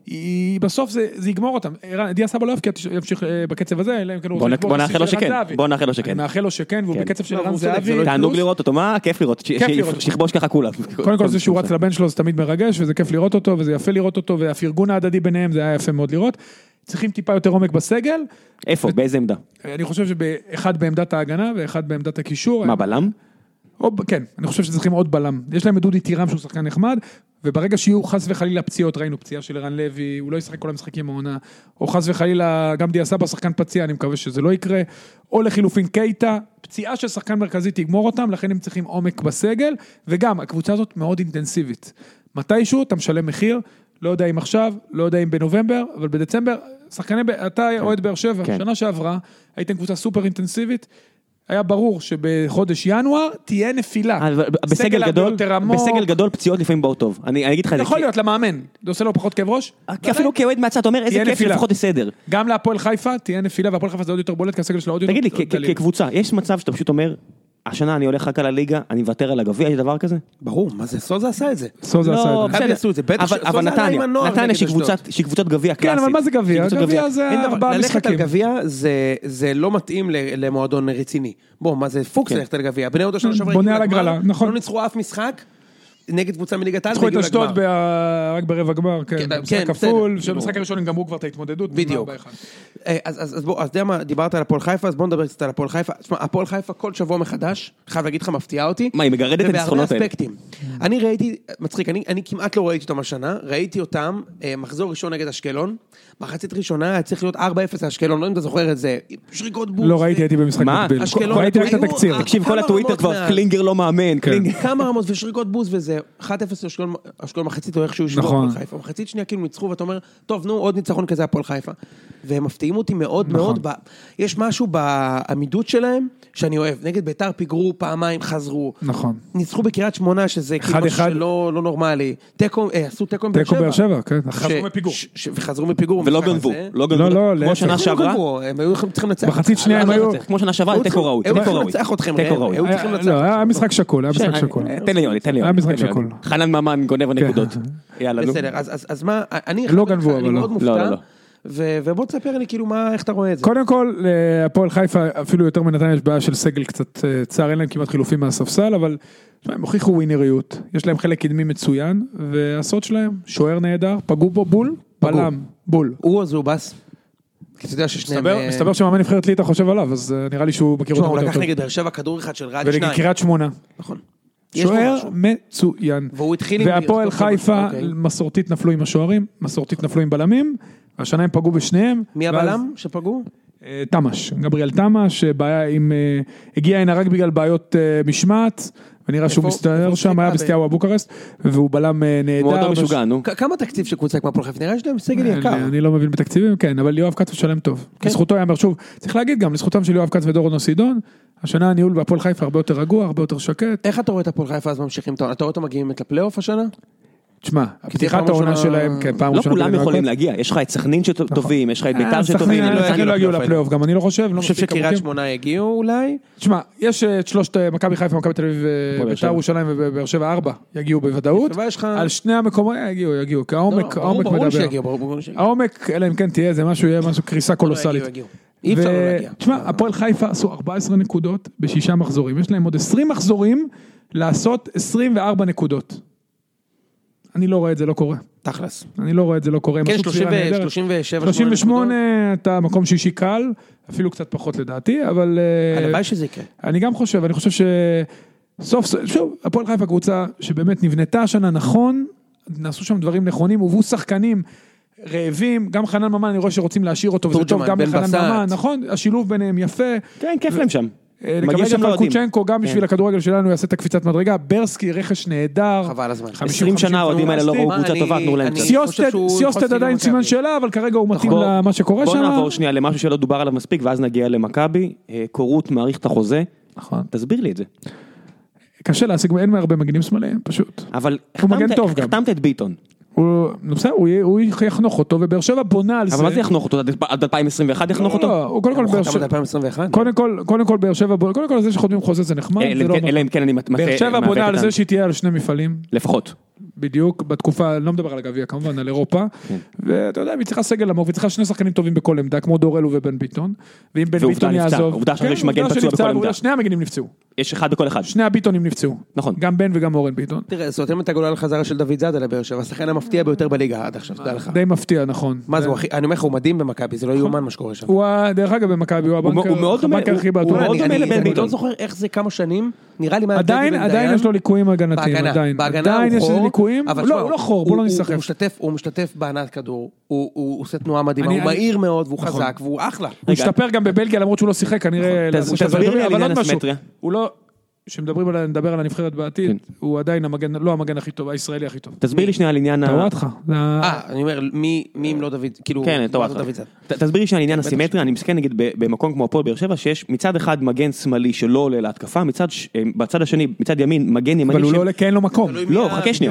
בסוף זה יגמור אותם. דיה סבא לא ימשיך בקצב הזה, בוא נאחל לו שכן. בוא נאחל לו שכן. נאחל לו שכן, והוא בקצב של ערן זהבי. תענוג לראות אותו, מה? כיף לראות, שיכבוש ככה כולה. קודם כל זה שהוא רץ לבן שלו, זה תמיד מרגש, וזה כיף לראות אותו, וזה יפה לראות אותו, והפרגון ההדדי ביניהם, זה היה יפה מאוד לראות. צריכים טיפה יותר עומק בסגל. איפה? באיזה עמדה? אני חושב שאחד בעמדת ההגנה, ואחד בעמדת הקישור. מה, בלם? כן, אני חושב שצריכים עוד בלם. יש להם דודי טירם שהוא שחקן נחמד, וברגע שיהיו חס וחלילה פציעות, ראינו פציעה של ערן לוי, הוא לא ישחק כל המשחקים העונה, או חס וחלילה גם דיה סבא שחקן פציעה, אני מקווה שזה לא יקרה, או לחילופין קייטה, פציעה של שחקן מרכזי תגמור אותם, לכן הם צריכים עומק בסגל, וגם הקבוצה הזאת מאוד אינטנסיבית. מתישהו אתה משלם מחיר, לא יודע אם עכשיו, לא יודע אם בנובמבר, אבל בדצמבר, אתה אוהד באר שבע, שנה שעברה, הייתם קבוצה סופר אינטנסיבית, היה ברור שבחודש ינואר תהיה נפילה. בסגל גדול פציעות לפעמים באו טוב. אני אגיד לך את זה. יכול להיות למאמן. זה עושה לו פחות כאב ראש? אפילו כאוהד מהצד, אתה אומר איזה כיף לפחות בסדר. גם להפועל חיפה תהיה נפילה, והפועל חיפה זה עוד יותר בולט, כי הסגל שלה עוד יותר... תגיד לי, כקבוצה, יש מצב שאתה פשוט אומר, השנה אני הולך רק על הליגה, אני מוותר על הגביע, יש דבר כזה? ברור, מה זה? סוזה עשה את זה. סוזה עשה את זה. אבל נתניה שהיא קבוצת גביע קלאסית. כן, אבל מה זה גביע? גביע זה 4 משחקים. ללכת על גביע זה לא מתאים למועדון רציני. בוא, מה זה פוקס ללכת על גביע? בני יהודה שנה שעברה בונה על הגרלה, נכון. לא ניצחו אף משחק. נגד קבוצה מליגת העל, זכו את אשדוד רק ברבע גמר, כן, משחק כפול, שבמשחק הראשון הם גמרו כבר את ההתמודדות. בדיוק. אז בוא, אז דיברת על הפועל חיפה, אז בוא נדבר קצת על הפועל חיפה. תשמע, הפועל חיפה כל שבוע מחדש, חייב להגיד לך, מפתיעה אותי. מה, היא מגרדת את הניצחונות האלה? אני ראיתי, מצחיק, אני כמעט לא ראיתי אותם השנה, ראיתי אותם, מחזור ראשון נגד אשקלון, מחצית ראשונה היה צריך להיות 4-0 לאשקלון, לא אם אתה זוכר את זה, שריקות בוז. לא ראיתי, הייתי במשחק מקביל. ראיתי רק את התקציר. תקשיב, כל הטוויטר כבר קלינגר לא מאמן. כמה רמות ושריקות בוז וזה, 1-0 אשקלון מחצית או איכשהו ישבו הפועל חיפה. מחצית שנייה כאילו ניצחו ואתה אומר, טוב, נו, עוד ניצחון כזה הפועל חיפה. והם מפתיעים אותי מאוד מאוד. יש משהו בעמידות שלהם שאני אוהב. נגד ביתר פיגרו פעמיים, חזרו. נכון. ניצחו בקריית שמונה, שזה כאילו משהו שלא נורמלי. עשו תיקו באר שבע, כן. חזרו מפיגור. וחזרו מפיגור. ולא גנבו. לא, כמו שנה שעברה. הם היו צריכים לנצח. מחצית שנייה הם היו... כמו שנה שעברה, תיקו ראוי. היו צריכים לנצח אתכם. לא, היה משחק שקול, תן לי יוני. היה משחק שקול. חנן ממן גונב הנקודות. יאללה, נו. בסדר, אז מה, אני מאוד מופתע. ובוא תספר לי כאילו איך אתה רואה את זה. קודם כל, הפועל חיפה אפילו יותר מנתניה יש בעיה של סגל קצת צער, אין להם כמעט חילופים מהספסל, אבל הם הוכיחו ווינריות, יש להם חלק קדמי מצוין, והסוד שלהם, שוער נהדר, פגעו בו בול, בלם, בול. הוא זובס. מסתבר שמאמן נבחרת ליטא חושב עליו, אז נראה לי שהוא מכיר אותו. הוא לקח נגד באר שבע כדור אחד של ריאלי 2. ונגד שמונה. נכון. שוער מצוין. והפועל חיפה מסורתית נפלו עם השוערים, מסורתית נפלו עם בלמים, השנה הם פגעו בשניהם. מי הבלם שפגעו? תמש, גבריאל תמש, הגיע הנה רק בגלל בעיות משמעת, ונראה שהוא מסתער שם, היה בסטיהו בבוקרשט, והוא בלם נהדר. מאוד משוגע, נו. כמה תקציב שקבוצה כמו הפועל חיפה? נראה שיש להם סגל יקר. אני לא מבין בתקציבים, כן, אבל ליואב כץ משלם טוב. לזכותו יאמר שוב, צריך להגיד גם, לזכותם של יואב כץ ודורון אוסידון, השנה הניהול בהפועל חיפה הרבה יותר רגוע, הרבה יותר שקט. איך אתה רואה את הפועל חיפה אז ממשיכים? אתה רואה אותם מגיעים את הפלייאוף השנה? תשמע, פתיחת העונה שלהם, כן, פעם ראשונה. לא כולם יכולים להגיע, יש לך את סכנין שטובים, יש לך את ביתר שטובים. סכנין לא הגיעו לפלייאוף, גם אני לא חושב. אני חושב שקריית שמונה הגיעו אולי? תשמע, יש את שלושת, מכבי חיפה, מכבי תל אביב, ביתר ירושלים ובאר שבע 4, יגיעו בוודאות. על שני המקומות יגיעו, כי העומק מדבר. העומק, אלא אם כן תהיה, זה משהו, יהיה משהו קריסה קולוסלית. אי אפשר לא להגיע. תשמע, הפועל חיפה עשו 14 נקודות ב6 מחזורים, יש להם עוד 20 מחזורים לעשות 24 נקודות. אני לא רואה את זה לא קורה. תכלס. אני לא רואה את זה לא קורה. כן, 37, 38, אתה מקום שישי קל, אפילו קצת פחות לדעתי, אבל... הלוואי שזה יקרה. אני גם חושב, אני חושב שסוף, שוב, הפועל חיפה קבוצה שבאמת נבנתה השנה נכון, נעשו שם דברים נכונים, הובאו שחקנים רעבים, גם חנן ממן, אני רואה שרוצים להשאיר אותו, וזה טוב גם לחנן ממן, נכון? השילוב ביניהם יפה. כן, כיף להם שם. לקבל את פלקוצ'נקו, גם בשביל הכדורגל שלנו יעשה את הקפיצת מדרגה, ברסקי רכש נהדר, חבל הזמן. 20 שנה העודים האלה לא ראו קבוצה טובה, תנו להם. סיוסטד עדיין סימן שאלה, אבל כרגע הוא מתאים למה שקורה שם. בוא נעבור שנייה למשהו שלא דובר עליו מספיק, ואז נגיע למכבי, קורות מעריך את החוזה, תסביר לי את זה. קשה להשיג, אין הרבה מגנים שמאליים, פשוט. אבל הוא מגן טוב גם. החתמת את ביטון. הוא יחנוך אותו, ובאר שבע בונה על זה. אבל מה זה יחנוך אותו? עד 2021 יחנוך אותו? לא, קודם כל באר שבע, קודם כל זה שחותמים חוזה זה נחמד. אלא אם כן אני מעוות. באר שבע בונה על זה שהיא תהיה על שני מפעלים. לפחות. בדיוק, בתקופה, לא מדבר על הגביע כמובן, על אירופה, ואתה יודע, היא צריכה סגל עמוק, והיא צריכה שני שחקנים טובים בכל עמדה, כמו דורלו ובן ביטון, ואם בן ביטון יעזוב, עובדה שיש מגן פצוע בכל עמדה. שני המגנים נפצעו. יש אחד בכל אחד. שני הביטונים נפצעו. נכון. גם בן וגם אורן ביטון. תראה, סותם את הגולה לחזרה של דוד זאדה לבאר שבע, השחקן המפתיע ביותר בליגה עד עכשיו, תדע לך. די מפתיע, נכון. מה זה, אני אומר לך, הוא מדהים במכבי, זה לא יאומן מה שקורה שם. הוא דרך אגב במכבי, הוא הבנקר הכי בטוח. אני לא זוכר איך זה כמה שנים, נראה לי מה עדיין יש לו ליקויים הגנתיים, עדיין יש ליקויים, לא חור, בוא לא נשחק. הוא משתתף בהנעת כדור, הוא עושה תנועה מדהימה, הוא מהיר מאוד, והוא חזק, והוא אחלה. הוא השתפר גם בבלגיה, למרות שהוא לא שיחק, כנראה... תסביר לי על עניין הסימטריה. הוא לא... כשנדבר על הנבחרת בעתיד, הוא עדיין לא המגן הכי טוב, הישראלי הכי טוב. תסביר לי שנייה על עניין... תורתך. אני אומר, מי אם לא דוד, כאילו... כן, תורתך. תסביר לי שנייה על עניין הסימטריה, אני מסכן נגיד במקום כמו הפועל באר שבע, שיש מצד אחד מגן שמאלי שלא עולה להתקפה, בצד השני, מצד ימין, מגן ימני... אבל הוא לא עולה כי אין לו מקום. לא, חכה שנייה,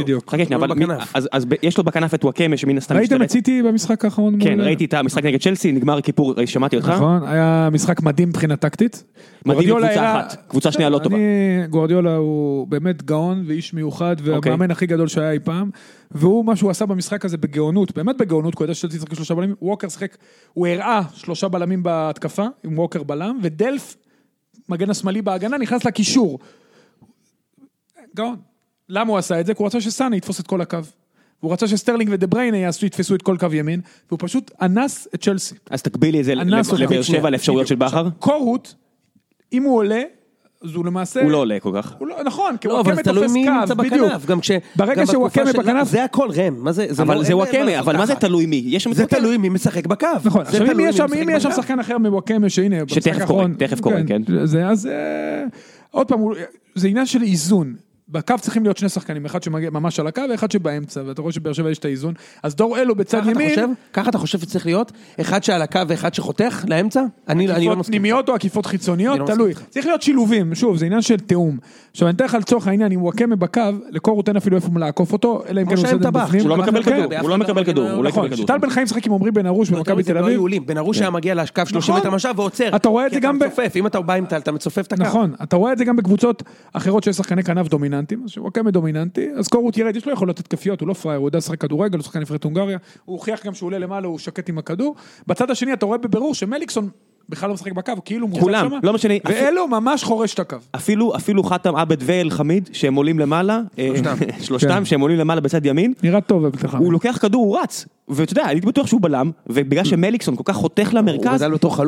אז יש לו בכנף את וואקמה שמן הסתם ראיתם מציתי במשחק האחרון? כן, ראיתי את המשחק נגד צ'לסי, נגמר כיפור, שמעתי אותך. נכון, היה משחק מדהים מבחינה טקטית. מדהים בקבוצה אחת, קבוצה שנייה לא טובה. גוארדיולה הוא באמת גאון ואיש מיוחד, והמאמן הכי גדול שהיה אי פעם, והוא מה שהוא עשה במשחק הזה בגאונות, באמת בגאונות, הוא ידע שצריך לשחק 3 בלמים, ווקר שחק, הוא הראה 3 בלמים בהתקפה, עם ווקר בלם, ודלף, מגן השמאלי בהגנה, נכנס לקישור. גאון. למה הוא עשה את זה? כי הוא רצה שסאנה יתפוס את כל הקו. הוא רצה שסטרלינג ודבריינה יתפסו את כל קו ימין, והוא פשוט אנס את צ'לסי. אז תקבילי את זה לבאר שבע, לאפשרויות של בכר? קורות, אם הוא עולה, אז הוא למעשה... הוא לא עולה כל כך. נכון, כי לא, וואקמה אבל תלוי תופס מי קו, נמצא בכנף. ברגע שוואקמה בכנף... זה הכל רם, מה זה? אבל זה וואקמה, אבל מה זה תלוי מי? זה תלוי מי משחק בקו. נכון, עכשיו אם יש שם שחקן אחר מוואקמה, שהנה, שתכף קורה, כן. אז עוד פעם, זה עניין של איזון. בקו צריכים להיות שני שחקנים, אחד שמגיע ממש על הקו ואחד שבאמצע, ואתה רואה שבאר שבע יש את האיזון, אז דור אלו בצד ימין... ככה אתה חושב שצריך להיות? אחד שעל הקו ואחד שחותך לאמצע? אני לא מסכים. פנימיות או עקיפות חיצוניות, תלוי. צריך להיות שילובים, שוב, זה עניין של תאום. עכשיו, אני אתן לך לצורך העניין, אם הוא וואקמה בקו, לקורות אין אפילו איפה לעקוף אותו, אלא אם כן הוא עושה את זה בפנים. הוא לא מקבל כדור, נכון, שטל בן חיים שחק עם עמרי בן ארוש במכבי תל אביב. בן ארוש היה מגיע לקו 30 מטר משהו ועוצר. אתה רואה את זה גם אם אתה בא עם טל, אתה מצופף את הקו. נכון, אתה רואה את זה גם בקבוצות אחרות שיש שחקני כנף דומיננטיים, אז שוואקמה דומיננטי, אז קורות ירד, יש לו יכולות התקפיות, הוא לא פראייר, הוא יודע לשחק כדורגל, הוא שחקן נבחרת הונגריה, הוא הוכיח גם שהוא עולה למעלה, הוא שקט עם הכדור. בצד השני אתה רואה בבירור שמליקסון בכלל לא משחק בקו, כאילו מוצא כולם, שמה, לא משנה, ואלו ממש חורש את הקו. אפילו חתם עבד ואל חמיד, שהם עולים למעלה, שלושתם שהם עולים למעלה בצד ימין, נראה טוב, הוא לוקח כדור, הוא רץ, ואתה יודע, הייתי בטוח שהוא בלם, ובגלל שמליקסון כל כך חותך למרכז,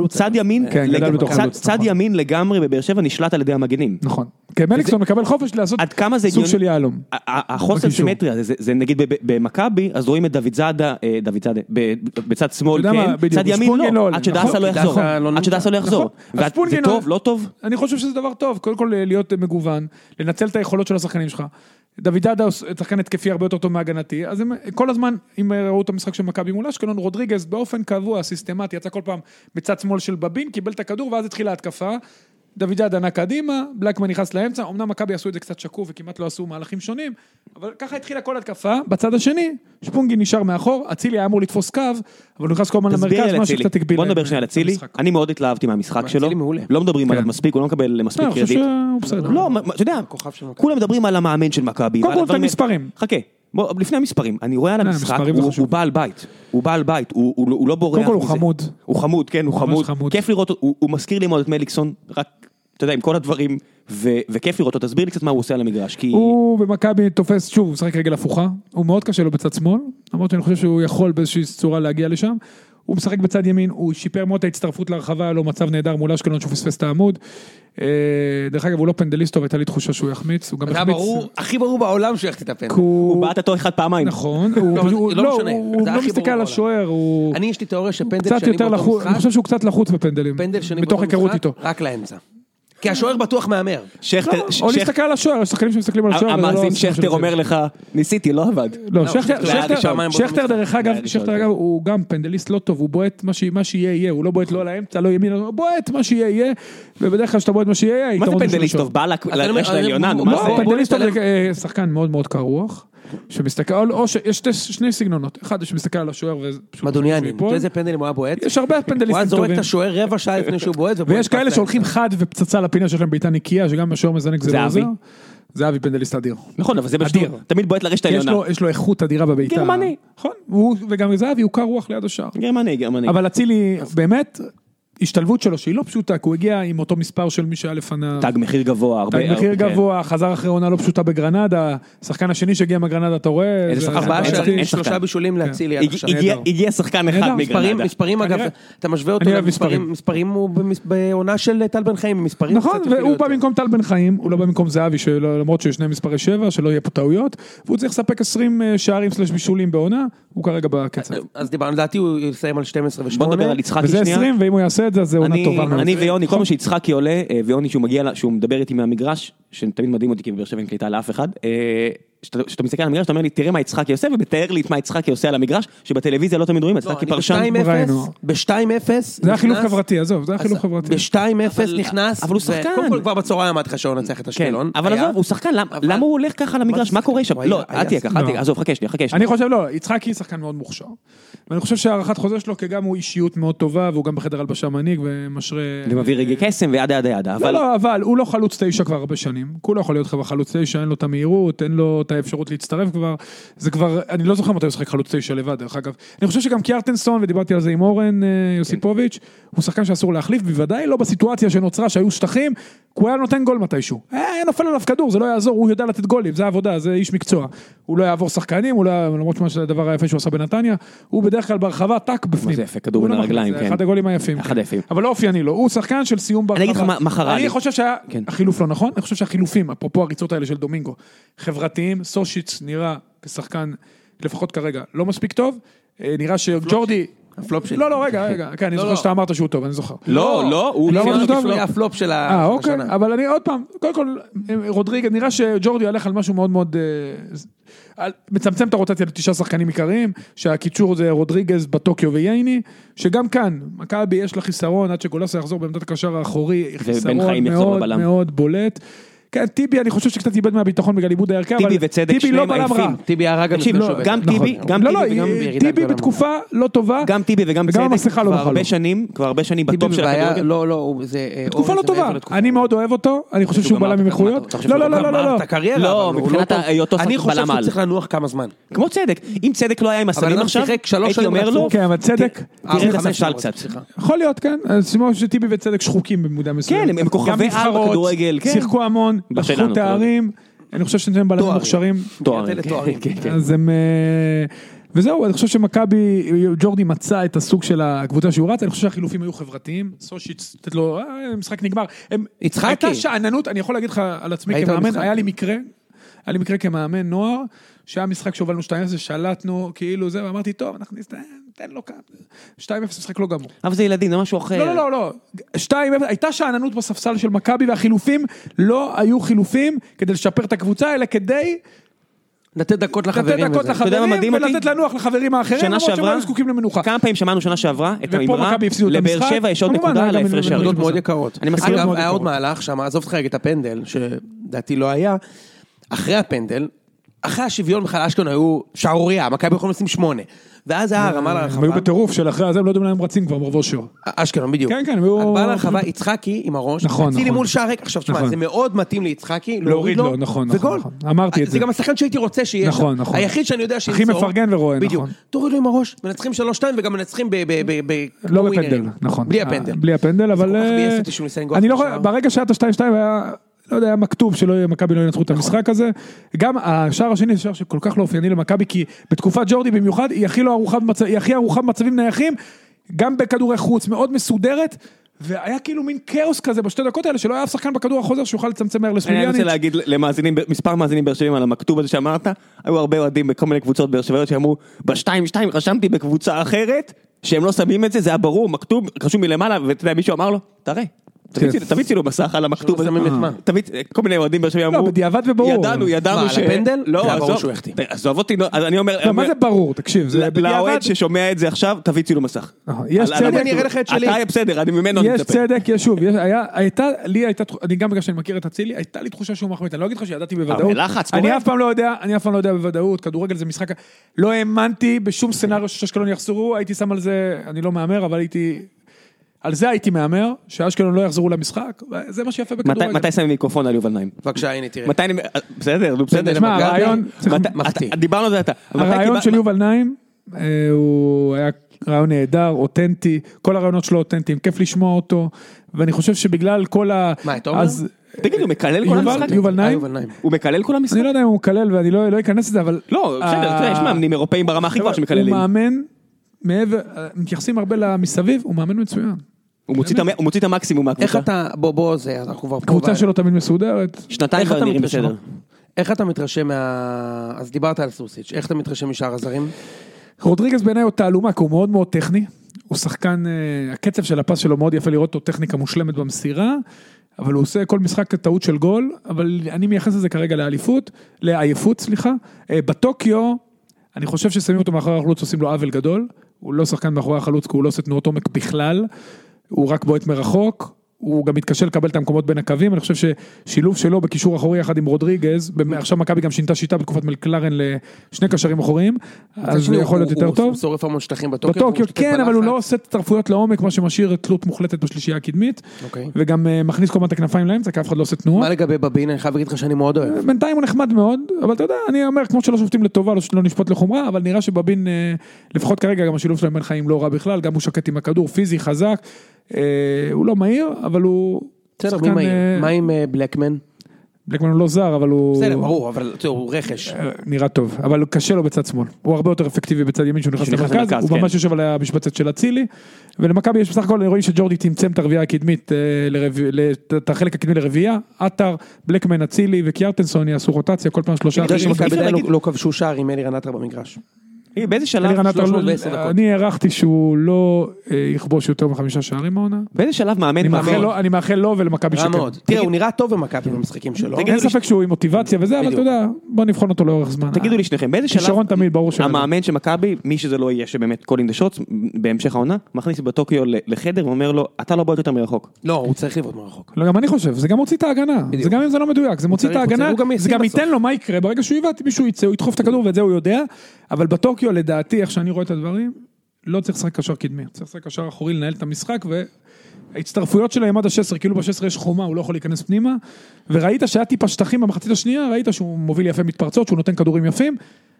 צד ימין לגמרי בבאר שבע נשלט על ידי המגנים. נכון, כי מליקסון מקבל חופש לעשות סוג של יעלום. החוסר סימטריה, זה נגיד במכבי, אז רואים את דוד זאדה, בצד שמאל, צד ימין לא, עד שדאסה לא יחזור. זה טוב, לא טוב? אני חושב שזה דבר טוב, קודם כל להיות מגוון, לנצל את היכולות של השחקנים שלך. דוד זאדה הוא שחקן התקפי הרבה יותר טוב מהגנתי, אז כל הזמן, אם ראו את המשחק של מכבי מול אשקלון, רודריגז באופן קבוע, סיסטמטי, יצא כל פעם בצד שמאל של בבין, קיבל את הכדור, ואז התחילה ההתקפה, דוד זאדה נע קדימה, בלקמן נכנס לאמצע, אמנם מכבי עשו את זה קצת שקוף, וכמעט לא עשו מהלכים שונים, אבל ככה התחילה כל התקפה, בצד השני, שפונגי נשאר מאחור, אצילי היה אמור לתפוס קו, אבל הוא נכנס כל הזמן למרכז, מה שקצת הגביל. בוא נדבר שנייה על אצילי, אני מאוד התלהבתי מהמשחק שלו, לא מדברים עליו מספיק, הוא לא מקבל מספיק קרדיט. לא, אתה יודע, כולם מדברים על המאמן של מכבי. קודם כל המספרים. חכה, לפני המספרים, אני רואה על המשחק, הוא בעל בית, הוא לא בורח. קודם כל הוא חמוד. הוא חמוד, כן, הוא חמוד. כיף לראות, הוא מזכיר לי מאוד את מליקסון, רק, אתה יודע, עם כל הדברים, וכיף לראות אותו, תסביר לי קצת מה הוא עושה על המגרש, כי... הוא במכבי תופס, שוב, הוא שחק רגל הפוכה, הוא מאוד קשה לו בצד שמאל, למרות שאני חושב שהוא יכול באיזושהי צורה להגיע לשם, הוא משחק בצד ימין, הוא שיפר מאוד את ההצטרפות להרחבה, היה לו מצב נהדר מול אשקלון שהוא פספס את העמוד, דרך אגב הוא לא פנדליסטו, הייתה לי תחושה שהוא יחמיץ, הוא גם יחמיץ... הכי ברור בעולם שהוא יחטיא את הפנדל. הוא בעט אותו אחד פעמיים. נכון, הוא לא מסתכל על השוער, אני יש לי תיאוריה שפנדל שני באותו משחק, אני חושב שהוא קצת לחוץ בפנדלים, מתוך היכרות איתו. רק לאמצע. כי השוער בטוח מאמר. או להסתכל על השוער, יש שחקנים שמסתכלים על השוער. המאזין שכטר אומר לך, ניסיתי, לא עבד. לא, שכטר דרך אגב, הוא גם פנדליסט לא טוב, הוא בועט מה שיהיה יהיה, הוא לא בועט לא לאמצע, לא ימין, הוא בועט מה שיהיה יהיה, ובדרך כלל שאתה בועט מה שיהיה יהיה, מה זה פנדליסט טוב? בא לרשת העליונה, לא, פנדליסט טוב זה שחקן מאוד מאוד קר רוח. שמסתכל, או שיש שני סגנונות, אחד שמסתכל על השוער מדוניאני, איזה פנדלים הוא היה בועט? יש הרבה פנדליסטים טובים. הוא זורק את השוער רבע שעה לפני שהוא בועט, ויש כאלה שהולכים חד ופצצה לפינה שלהם בעיטה נקייה, שגם השוער מזנק זה לא עוזר. זה אבי פנדליסט אדיר. נכון, אבל זה בשטור, תמיד בועט לרשת העליונה. יש לו איכות אדירה בביתה. גרמני. נכון, וגם זה אבי הוא קר רוח ליד השער. גרמני. אבל אצילי, באמת, השתלבות שלו שהיא לא פשוטה, כי הוא הגיע עם אותו מספר של מי שהיה לפניו. תג מחיר גבוה, הרבה. תג מחיר גבוה, חזר אחרי עונה לא פשוטה בגרנדה, שחקן השני שהגיע מגרנדה, אתה רואה? ארבעה שערים, 3 בישולים להצילי. הגיע שחקן אחד מגרנדה. מספרים אגב, אתה משווה אותו למספרים, מספרים הוא בעונה של טל בן חיים, מספרים. נכון, והוא בא במקום טל בן חיים, הוא לא בא במקום זהבי, למרות שיש שני מספרי 7, שלא יהיה פה טעויות, והוא צריך לספק 20 שערים / בישולים בעונה, הוא כרגע בקצב. אז דיברנו, לדעתי הוא יסיים על 12 ו8. בוא נדבר על יצחקי וזה 20, ואם הוא יעשה את זה, זה עונה טובה. אני ויוני, כל מה שיצחקי עולה, ויוני שהוא מגיע, שהוא מדבר איתי מהמגרש, שתמיד מדהים אותי כי בבאר שבע אין קליטה לאף אחד, שאתה מסתכל על המגרש, אתה אומר לי, תראה מה יצחקי עושה, ובתאר לי את מה יצחקי עושה על המגרש, שבטלוויזיה לא תמיד רואים, יצחקי פרשן. ב-2-0, זה היה חילוף חברתי, עזוב, זה היה חילוף חברתי. ב-2-0 נכנס, אבל הוא שחקן. קודם כל כבר בצהריים אמרתי לך שהוא נצח את אשקלון. אבל עזוב, הוא שחקן, למה הוא הולך ככה על המגרש? מה קורה שם? לא, אל תהיה ככה, עזוב, חכה שנייה. אני חושב, לא, יצחקי שחקן מאוד מוכשר. ואני חושב שהערכת חוזה שלו, כי גם הוא אישיות מאוד טובה, והוא גם בחדר הלבשה מנהיג ומשרה... ומביא רגעי קסם וידה. לא, אבל הוא לא חלוץ 9 כבר הרבה שנים. הוא לא יכול להיות חלוץ 9, אין לו את המהירות, אין לו את האפשרות להצטרף כבר. זה כבר, אני לא זוכר מתי הוא שחק חלוץ 9 לבד, דרך אגב. אני חושב שגם קיארטנסון, ודיברתי על זה עם אורן יוסיפוביץ', הוא שחקן שאסור להחליף, בוודאי לא בסיטואציה שנוצרה, שהיו שטחים, הוא היה נותן גול מתישהו. היה נופל עליו כדור, זה לא יעזור, הוא יודע לתת גולים, זה העבודה, זה איש מקצוע. הוא לא יעבור שחקנים, למרות שזה הדבר היפה שהוא עשה בנתניה, הוא בדרך כלל ברחבה, טק בפנים. זה יפה, כדור בין הרגליים, כן. אחד הגולים היפים. אבל לא אופייני לו, הוא שחקן של סיום ברחבה. אני אגיד לך מה חרה לי. אני חושב שהחילוף לא נכון, אני חושב שהחילופים, אפרופו הריצות האלה של דומינגו, חברתיים, סושיץ נראה כשחקן, לפחות כרגע, לא מספיק טוב, נראה שג'ורדי הפלופ שלי. לא, רגע, כן, אני זוכר שאתה אמרת שהוא טוב, אני זוכר. לא, הוא היה הפלופ של השנה. אוקיי, אבל אני עוד פעם, קודם כל, רודריגז, נראה שג'ורדי הולך על משהו מאוד מאוד, מצמצם את הרוטציה ל9 שחקנים עיקריים, שהקיצור זה רודריגז בטוקיו וייני, שגם כאן, מכבי יש לה חיסרון, עד שגולסה יחזור בעמדת הקשר האחורי, חיסרון מאוד מאוד בולט. כן, טיבי, אני חושב שקצת איבד מהביטחון בגלל איבוד הערכי, אבל טיבי לא בלם רע. טיבי הרג גם טיבי, טיבי בתקופה לא טובה, גם טיבי וגם צדק, כבר הרבה שנים בטופ של הכדורגל. לא, תקופה לא טובה, אני מאוד אוהב אותו, אני חושב שהוא בלם עם איכויות. לא, מבחינת היותו בלם על. אני חושב שהוא צריך לנוח כמה זמן. כמו צדק, אם צדק לא היה עם הסלים עכשיו, הייתי אומר לו, כן, אבל צדק, תראה את הספסל קצת. יכול להיות, כן, שימו שטיבי וצדק שחוקים במודע מסוים. כן, הם כוכבי על בכדורגל, כן. שיחקו המון, לקחו תארים, אני חושב שנתן בלמים מוכשרים. תוארים. אז הם... וזהו, אני חושב שמכבי, ג'ורדי מצא את הסוג של הקבוצה שהוא רץ, אני חושב שהחילופים היו חברתיים, סושיץ, תת לו, משחק נגמר. הייתה שעננות, אני יכול להגיד לך על עצמי כמאמן, היה לי מקרה כמאמן נוער, שהיה משחק שהובלנו 2-0, שלטנו, כאילו זה, ואמרתי, טוב, אנחנו ניתן לו כאן. 2-0 משחק לא גמור. אבל זה ילדים, זה משהו אחר. לא. 2-0, הייתה שעננות בספסל של מכבי, והחילופים לא היו חילופים כדי לשפר את הקבוצה, אלא כדי לתת דקות לחברים, ולתת לנוח לחברים האחרים, שנה שעברה, זקוקים למנוחה. כמה פעמים שמענו שנה שעברה, את האמרה, לבאר שבע יש עוד נקודה על ההפרש הראשון. מאוד יקרות. אגב, היה עוד מהלך שם, עזוב אותך רגע את הפנדל, שדעתי לא היה, אחרי הפנדל, אחרי השוויון בכלל אשקלון היו שערוריה, מכבי יכולים לשים 8. ואז היה הרמה לרחבה. הם היו בטירוף של אחרי הזה, הם לא יודעים להם רצים כבר מרבו שור. אשקלון, בדיוק. כן, הם היו... בא לרחבה, יצחקי עם הראש, הצילי מול שערק, עכשיו תשמע, זה מאוד מתאים ליצחקי, להוריד לו, נכון, אמרתי את זה. זה גם השחקן שהייתי רוצה שיהיה שם. היחיד שאני יודע שימצוא. הכי מפרגן ורואה, נכון. תוריד לו עם הראש, מנצחים 3-2 וגם מנצחים לא בפנדל, נכון. בלי הפנדל, אבל... ברגע שהיה את 2-2 היה... לא יודע, היה מכתוב שמכבי לא ינצחו את המשחק הזה. גם השער השני זה שער שכל כך לא אופייני למכבי, כי בתקופת ג'ורדי במיוחד, היא הכי ארוחה במצבים נייחים, גם בכדורי חוץ, מאוד מסודרת, והיה כאילו מין כאוס כזה בשתי דקות האלה, שלא היה אף שחקן בכדור החוזר שיוכל לצמצם מהר לסמיליאניץ'. אני רוצה להגיד מספר מאזינים באר שבעים על המכתוב הזה שאמרת, היו הרבה אוהדים בכל מיני קבוצות באר שבעיות שאמרו, ב-2-2 רשמתי בקבוצה אחרת, שהם לא שמים את זה, זה היה ברור, מכתוב, חשוב מלמעלה, ואתה יודע, מישהו אמר לו, תראה. תביא צילו מסך על המכתוב הזה, תביא כל מיני אוהדים באר שבע אמרו, בדיעבד וברור, ידענו ש... לפנדל? לא, זה ברור שהוא החטיא. עזוב אותי, אני אומר, מה זה ברור, תקשיב, לאוהד ששומע את זה עכשיו, תביא צילו מסך. יש צדק, אני אראה לך את שלי. אתה בסדר, אני ממנו יש צדק, יש שוב, אני גם בגלל שאני מכיר את הצילי, הייתה לי תחושה שהוא מחמיץ, אני לא אגיד לך שידעתי בוודאות, אני אף פעם לא יודע בוודאות, כדורגל זה משחק, לא האמנתי בשום סצנריו שאשקלון יחזרו, הייתי שם על זה, אני לא מאמר, אבל על זה הייתי מאמר, שאשקלון לא יחזרו למשחק, וזה מה שיפה בכדורגל. מתי שמים מיקרופון על יובל נעים? בבקשה, הנה תראה. בסדר. תשמע, הרעיון... דיברנו על זה אתה. הרעיון של יובל נעים, הוא היה רעיון נהדר, אותנטי, כל הרעיונות שלו אותנטיים, כיף לשמוע אותו, ואני חושב שבגלל כל ה... מה, אתה אומר? תגיד, הוא מקלל כל המשחק? יובל נעים? הוא מקלל כל המשחק? אני לא יודע אם הוא מקלל, ואני לא אכנס לזה, אבל... לא, בסדר, יש מאמנים אירופאים ברמה הכי גבוהה שמקללים. הוא מאמן, מתייחסים הרבה למסביב, הוא מאמן מצוין. הוא מוציא את המקסימום מהקבוצה. איך אתה, בוא זה, אנחנו כבר פה. הקבוצה שלו תמיד מסודרת. שנתיים כבר נראים בסדר. איך אתה מתרשם אז דיברת על סוסיץ', איך אתה מתרשם משאר הזרים? רודריגז בעיניי הוא תעלומה, כי הוא מאוד מאוד טכני. הוא שחקן, הקצב של הפס שלו מאוד יפה לראות אותו טכניקה מושלמת במסירה, אבל הוא עושה כל משחק טעות של גול, אבל אני מייחס את זה כרגע לעייפות, סליחה. בטוקיו, אני חושב ששמים אותו מאחורי החלוץ, עושים לו עוול גדול. הוא לא שחקן מאחורי החלוץ, כי הוא לא עושה תנועות עומק בכלל. הוא רק בועט מרחוק, הוא גם מתקשה לקבל את המקומות בין הקווים, אני חושב ששילוב שלו בקישור אחורי יחד עם רודריגז, עכשיו מכבי גם שינתה שיטה בתקופת מקלרן לשני קשרים אחוריים, אז זה יכול להיות יותר טוב. הוא שורף המון שטחים בטוקיו. בטוקיו, כן, אבל הוא לא עושה תרפויות לעומק, מה שמשאיר תלות מוחלטת בשלישייה הקדמית, וגם מכניס כל מעט הכנפיים לאמצע, כי אף אחד לא עושה תנועה. מה לגבי בבין? אני חייב להגיד לך שאני מאוד אוהב. בינתיים הוא נחמד מאוד, אבל אתה יודע, אני אומר, כמו שלא שופטים לטובה, לא נשפוט לחומרה, אבל נראה שבבין, לפחות כרגע, גם השילוב שלהם בין חיים לא רע בכלל, גם הוא שקט עם הכדור, פיזי, חזק. הוא לא מהיר, אבל הוא בסדר, מה עם בלקמן? בלקמן הוא לא זר, אבל הוא... בסדר, ברור, אבל הוא רכש. נראה טוב, אבל קשה לו בצד שמאל. הוא הרבה יותר אפקטיבי בצד ימין שהוא נכנס למרכז, הוא ממש יושב על המשבצת של הצילי, ולמכבי יש בסך הכל, רואים שג'ורדי צמצם את הרביעייה הקדמית, את החלק הקדמי לרביעייה, אתר, בלקמן, אצילי וקיארטנסון יעשו רוטציה, כל פעם 3 אחרים. שמכבי לא כבשו שער עם אלירן עטר במגרש. באיזה שלב? אני הערכתי שהוא לא יכבוש יותר מ5 שערים מהעונה. באיזה שלב מאמן? אני מאחל לו ולמכבי שכן. תראה, הוא נראה טוב במכבי במשחקים שלו. אין ספק שהוא עם מוטיבציה וזה, אבל אתה יודע, בוא נבחון אותו לאורך זמן. תגידו לי שניכם, באיזה שלב המאמן של מכבי, מי שזה לא יהיה שבאמת קולינג דה שוטס, בהמשך העונה, מכניס בטוקיו לחדר ואומר לו, אתה לא בועט יותר מרחוק. לא, הוא צריך לבעוט מרחוק. לא, גם אני חושב, זה גם מוציא את ההגנה. זה גם אם זה לא מדויק, זה מוציא את ההגנה, זה גם ייתן לו מה יקרה. ברגע שהוא יבעט, מישהו יצא, הוא ידחוף את הכדור ואת זה הוא יודע, אבל בטוקיו, לדעתי, איך שאני רואה את הדברים, לא צריך לשחק קשר קדמי, צריך לשחק קשר אחורי, לנהל את המשחק, וההצטרפויות שלהם עד ה-16, כאילו ב-16 יש חומה, הוא לא יכול להיכנס פנימה, וראית שהיה טיפה שטחים במחצית השנייה, ראית שהוא מוביל יפה מתפרצות, שהוא נותן כדורים יפים,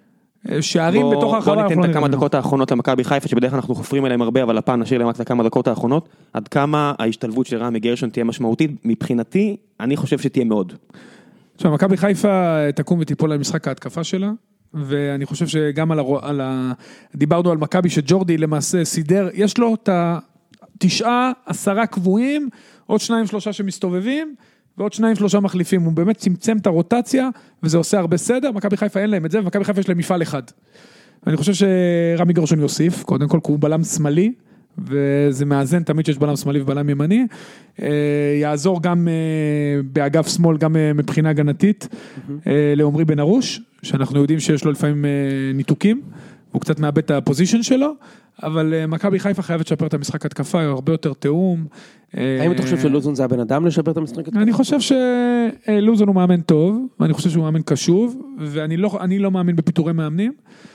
שערים בתוך הרחבה. בוא ניתן את כמה דקות האחרונות למכבי חיפה, שבדרך כלל אנחנו חופרים אליהם הרבה, אבל הפעם נשאיר להם רק את כמה דקות האחרונות, עד כמה ההשתלבות של רמי גרשון תהיה משמעותית, מבחינתי, אני חושב שתהיה מאוד. עכשיו, מכבי חיפה תקום ותיפול על משחק ההתקפה שלה, ואני חושב שגם דיברנו על מכבי שג'ורדי למעשה סידר, יש לו את 9-10 קבועים, עוד 2-3 שמסתובבים, ועוד 2-3 מחליפים, הוא באמת צמצם את הרוטציה, וזה עושה הרבה סדר, מכבי חיפה אין להם את זה, ומכבי חיפה יש להם מפעל אחד. ואני חושב שרמי גרשון יוסיף, קודם כל, הוא בלם שמאלי, וזה מאזן תמיד שיש בלם שמאלי ובלם ימני, יעזור גם באגף שמאל, גם מבחינה הגנתית, לעומרי בן ארוש, שאנחנו יודעים שיש לו לפעמים ניתוקים, הוא קצת מאבד את הפוזישן שלו, אבל מכבי חיפה חייבת לשפר את המשחק התקפה, הוא הרבה יותר תאום. האם אתה חושב שלוזון זה הבן אדם לשפר את המשחק התקפה? אני חושב שלוזון הוא מאמן טוב, ואני חושב שהוא מאמן קשוב, ואני לא מאמין בפיטורי מאמנים,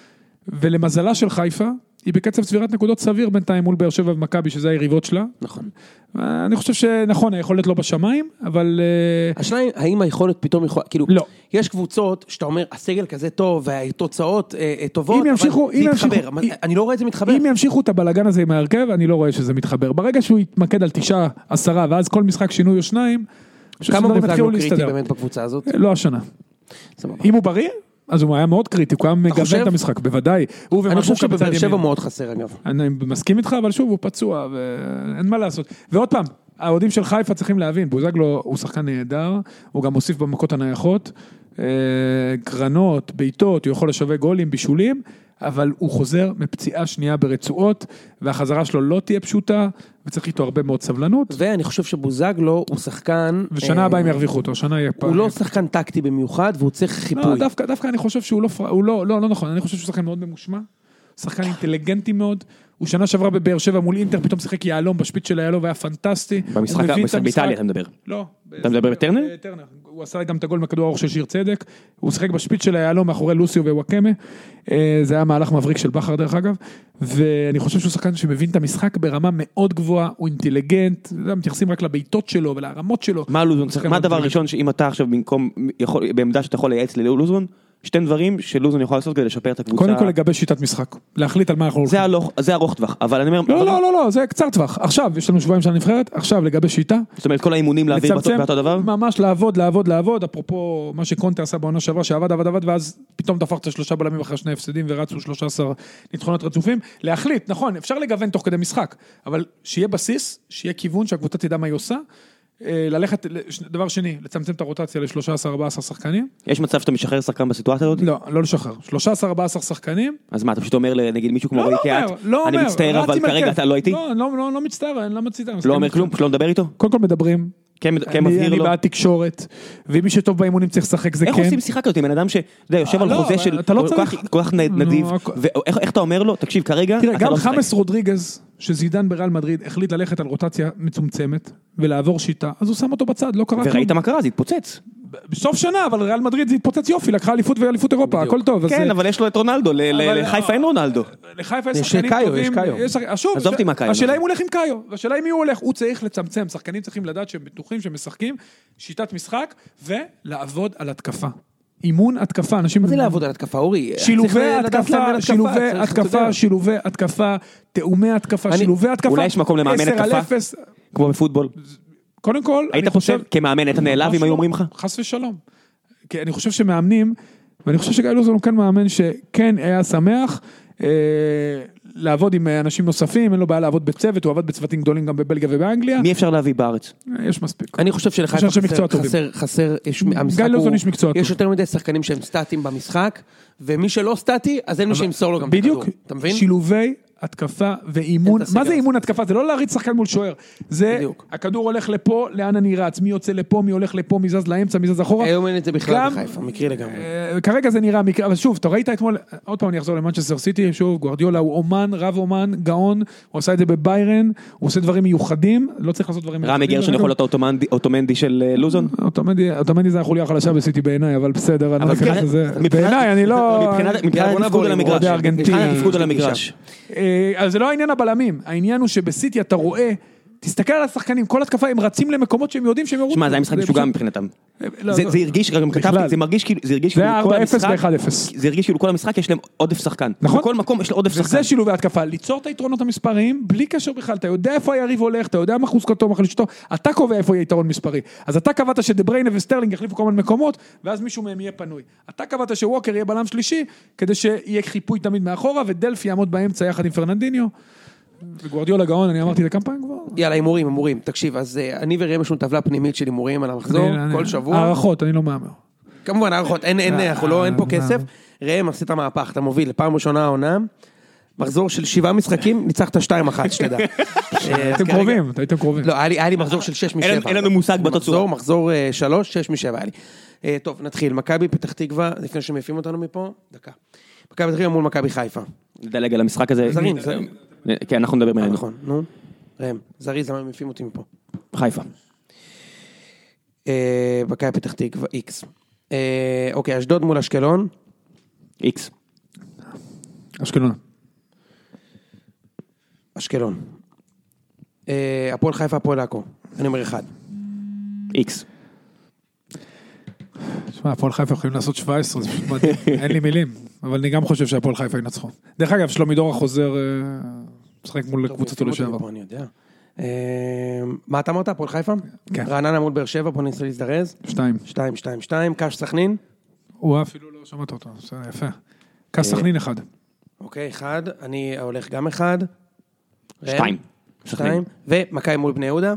ולמזלה של חיפה, היא בקצב צבירת נקודות סביר בינתיים מול באר שבע ומכבי, שזה היריבות שלה. נכון. אני חושב שנכון, היכולת לא בשמיים, אבל... השאלה, האם היכולת פתאום יכולה... כאילו, לא. יש קבוצות שאתה אומר, הסגל כזה טוב, והתוצאות טובות, אבל זה מתחבר. אני לא רואה את זה מתחבר. אם ימשיכו את הבלגן הזה עם ההרכב, אני לא רואה שזה מתחבר. ברגע שהוא יתמקד על 9-10, ואז כל משחק שינוי או 2, כמה בוזגלו קריטי באמת בקבוצה הזאת? לא השנה. אם הוא בריא, אז הוא היה מאוד קריטי, הוא היה מגוון את המשחק, בוודאי. אני חושב שבבאר שבע מאוד חסר אגב. אני מסכים איתך, אבל שוב, הוא פצוע, ואין מה לעשות. ועוד פעם, האוהדים של חיפה צריכים להבין, בוזגלו הוא שחקן נהדר, הוא גם מוסיף במכות הנייחות, קרנות, בעיטות, הוא יכול לשווה גולים, בישולים, אבל הוא חוזר מפציעה שנייה ברצועות, והחזרה שלו לא תהיה פשוטה, וצריך איתו הרבה מאוד סבלנות. ואני חושב שבוזגלו הוא שחקן... ושנה הבאה הם ירוויחו אותו, שנה יהיה פעם. הוא לא שחקן טקטי במיוחד, והוא צריך חיפוי. לא, דווקא אני חושב שהוא לא נכון, אני חושב שהוא שחקן מאוד ממושמע, שחקן אינטליגנטי מאוד, הוא שנה שעברה בבאר שבע מול אינטר, פתאום שיחק יעלום, בשפיץ של היעלום, והיה פנטסטי. במשחק באיטליה אתה מדבר. לא. אתה מדבר בטרנר? בטרנר. הוא עשה גם את הגול מכדור הארוך של שיר צדק, הוא שיחק בשפיץ של היעלום, מאחורי לוסיו ווואקמה, זה היה מהלך מבריק של בכר דרך אגב, ואני חושב שהוא שחקן שמבין את המשחק ברמה מאוד גבוהה, הוא אינטליגנט, מתייחסים רק לביתות שלו ולהרמות שלו. מה הדבר הראשון שאם אתה עכשיו במקום, בעמדה שאתה יכול לייעץ ללוזון, שתי דברים שלוזון יכול לעשות כדי לשפר את הקבוצה. קודם כל לגבי שיטת משחק, להחליט על מה אנחנו הולכים. זה ארוך טווח, אבל אני אומר... לא, זה קצר טווח. עכשיו, יש לנו שבועיים של הנבחרת, עכשיו לגבי שיטה. זאת אומרת, כל האימונים להעביר באותו דבר? ממש לעבוד, אפרופו מה שקונטה עשה בעונה שעברה, שעבד, ואז פתאום תפחת 3 בלמים אחרי 2 הפסדים, ורצו 13 ניצחונות רצופים. להחליט, נכון, אפשר לגוון תוך כדי משחק, אבל שיהיה בסיס, שיהיה כיוון שהקבוצה תדע מה היא עושה, ללכת, דבר שני, לצמצם את הרוטציה ל-13-14 שחקנים. יש מצב שאתה משחרר שחקן בסיטואציה הזאת? לא לשחרר. 13-14 שחקנים. אז מה, אתה פשוט אומר נגיד מישהו כמו רועי קיאט, אני מצטער, אבל כרגע אתה לא איתי? לא מצטער, אני לא מצטער. לא אומר כלום, פשוט לא מדבר איתו? קוכל מדברים. אני בעד תקשורת, ומי שטוב באימונים צריך לשחק זה כן. איך עושים שיחה כזאת עם בן אדם שיושב על חוזה של כל כך נדיב, ואיך אתה אומר לו, תקשיב כרגע, תראה, גם חמאס רודריגז, שזידן בריאל מדריד החליט ללכת על רוטציה מצומצמת, ולעבור שיטה, אז הוא שם אותו בצד, לא קרה כלום. וראית מה קרה, זה התפוצץ. בסוף שנה, אבל ריאל מדריד זה התפוצץ יופי, לקחה אליפות ואליפות אירופה, הכל טוב. כן, אבל יש לו את רונלדו, לחיפה אין רונלדו. לחיפה יש שחקנים טובים. עזובתי מה קאיו. השאלה אם הוא הולך עם קאיו, והשאלה אם הוא הולך, הוא צריך לצמצם, שחקנים צריכים לדעת שהם בטוחים, שהם משחקים, שיטת משחק, ולעבוד על התקפה. אימון התקפה, אנשים... מה זה לעבוד על התקפה, אורי? שילובי התקפה, תאומי התקפה, שילובי התקפה. אולי יש מקום למאמן התקפה, כמו בפוטבול. קודם כל, היית חושב כמאמן, אתה נעלב אם היו אומרים לך? חס ושלום. כי אני חושב שמאמנים, ואני חושב שגיא לוזון הוא כן מאמן שכן היה שמח, לעבוד עם אנשים נוספים, אין לו בעיה לעבוד בצוות, הוא עבד בצוותים גדולים גם בבלגיה ובאנגליה. מי אפשר להביא בארץ? יש מספיק. אני חושב שלחיפה חסר, יש יותר מדי שחקנים שהם סטטיים במשחק, ומי שלא סטטי, אז אין מי שימסור לו גם את הכדור. בדיוק, שילובי התקפה ואימון. מה זה אימון התקפה? זה לא להריץ שחקן מול שוער. זה, הכדור הולך לפה, לאן אני רץ, מי יוצא לפה, מי הולך לפה, מי זז לאמצע, מי זז אחורה. היום אין את זה בכלל בחיפה, מקרי לגמרי. כרגע זה נראה מקרי, אבל שוב, אתה ראית אתמול, עוד פעם אני אחזור למנצ'סטר סיטי, שוב, גוארדיולה הוא אומן, רב אומן, גאון, הוא עשה את זה בביירן, הוא עושה דברים מיוחדים, לא צריך לעשות דברים מיוחדים. רמי גרשון יכול להיות האוטומנדי של לוזון? האוטומנדי זה החוליה החלשה בסיטי בעיניי, אבל בסדר, אני לא אכנס לזה. בעיניי, אני לא... מבחינת תפקוד על המגרש. אז זה לא העניין הבלמים, העניין הוא שבסיטי אתה רואה, תסתכל על השחקנים, כל התקפה הם רצים למקומות שהם יודעים שהם יורו. שמע, זה היה משחק משוגע מבחינתם. זה הרגיש, גם כתבתי, זה מרגיש כאילו כל המשחק, זה הרגיש כאילו כל המשחק יש להם עודף שחקן. נכון. בכל מקום יש לו עודף שחקן. וזה שילובי התקפה, ליצור את היתרונות המספריים, בלי קשר בכלל, אתה יודע איפה היריב הולך, אתה יודע מה חוזקתו, מה חלישתו, אתה קובע איפה יהיה יתרון מספרי. אז אתה קבעת שדבריינה וסטרלינג יחליפו כל מיני מקומות, ואז מישהו מהם יהיה פנוי. אתה קבעת שווקר יהיה בלם שלישי, כדי שיהיה חיפוי תמיד מאחורה, ודלפי יעמוד באמצע יחד עם פרננדיניו. וגוארדיולה גאון, אני אמרתי את זה כמה פעמים כבר. יאללה, הימורים. תקשיב, אז אני וראם יש לנו טבלה פנימית של הימורים על המחזור, כל שבוע. הערכות, אני לא מאמר. כמובן, הערכות, אין פה כסף. ראם, עשית מהפך, אתה מוביל, פעם ראשונה העונה, מחזור של 7 משחקים, ניצחת 2-1, שתדע. הייתם קרובים. לא, היה לי מחזור של 6 מ-7. אין לנו מושג בתוצאות. מחזור 3, 6 מ-7 היה לי. טוב, נתחיל. מכבי פתח תקווה, לפני שמעיפים אותנו מפה, דקה. מכבי פתח תקווה מול מכבי חיפה. נדלג על המשחק הזה. זרים. כן, אנחנו נדבר מעלינו. נכון, נו. ראם, זריז, למה הם מעיפים אותי מפה? חיפה. מכבי פתח תקווה, X. אוקיי, אשדוד מול אשקלון. X. אשקלון. הפועל חיפה, הפועל עכו. אני אומר 1. X. תשמע, הפועל חיפה יכולים לעשות 17, זה פשוט מדהים, אין לי מילים, אבל אני גם חושב שהפועל חיפה ינצחו. דרך אגב, שלומי דורה חוזר, משחק מול קבוצתו לשעבר. אני יודע. מה אתה אמרת, הפועל חיפה? כן. רעננה מול באר שבע, בוא ננסה להזדרז. 2. קש סכנין. הוא אפילו לא שמעת אותו, זה יפה. קש סכנין 1. אוקיי, 1, אני הולך גם 1. 2. ומכבי מול בני יהודה.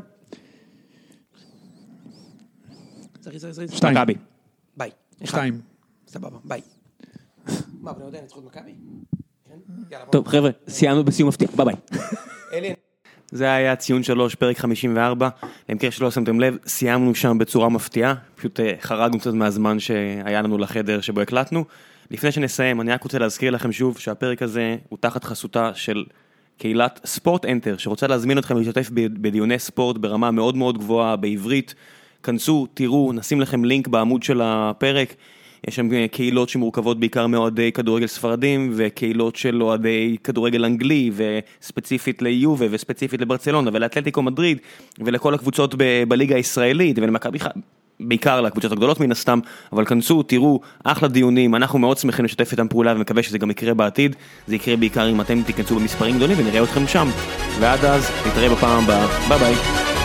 2. מכבי. ביי. 2. סבבה, ביי. מה, בני יהודה ניצחו את מכבי? טוב, חבר'ה, סיימנו בסיום מפתיע. ביי ביי. אלי. זה היה ציון 3, פרק 54. למקרה שלא שמתם לב, סיימנו שם בצורה מפתיעה. פשוט חרגנו קצת מהזמן שהיה לנו לחדר שבו הקלטנו. לפני שנסיים, אני רק רוצה להזכיר לכם שוב שהפרק הזה הוא תחת חסותה של קהילת ספורט אנטר, שרוצה להזמין אתכם להשתתף בדיוני ספורט ברמה מאוד מאוד גבוהה בעברית. כנסו, תראו, נשים לכם לינק בעמוד של הפרק. יש שם קהילות שמורכבות בעיקר מאוהדי כדורגל ספרדים, וקהילות של אוהדי כדורגל אנגלי, וספציפית ליובה, וספציפית לברצלונה, ולאתלטיקו מדריד, ולכל הקבוצות בליגה הישראלית, ולמכבי בעיקר לקבוצות הגדולות מן הסתם, אבל כנסו, תראו, אחלה דיונים, אנחנו מאוד שמחים לשתף איתם פעולה, ומקווה שזה גם יקרה בעתיד. זה יקרה בעיקר אם אתם תיכנסו במספרים גדולים, ונראה אתכם שם. ועד אז, נתראה בפעם הבאה. ביי ביי.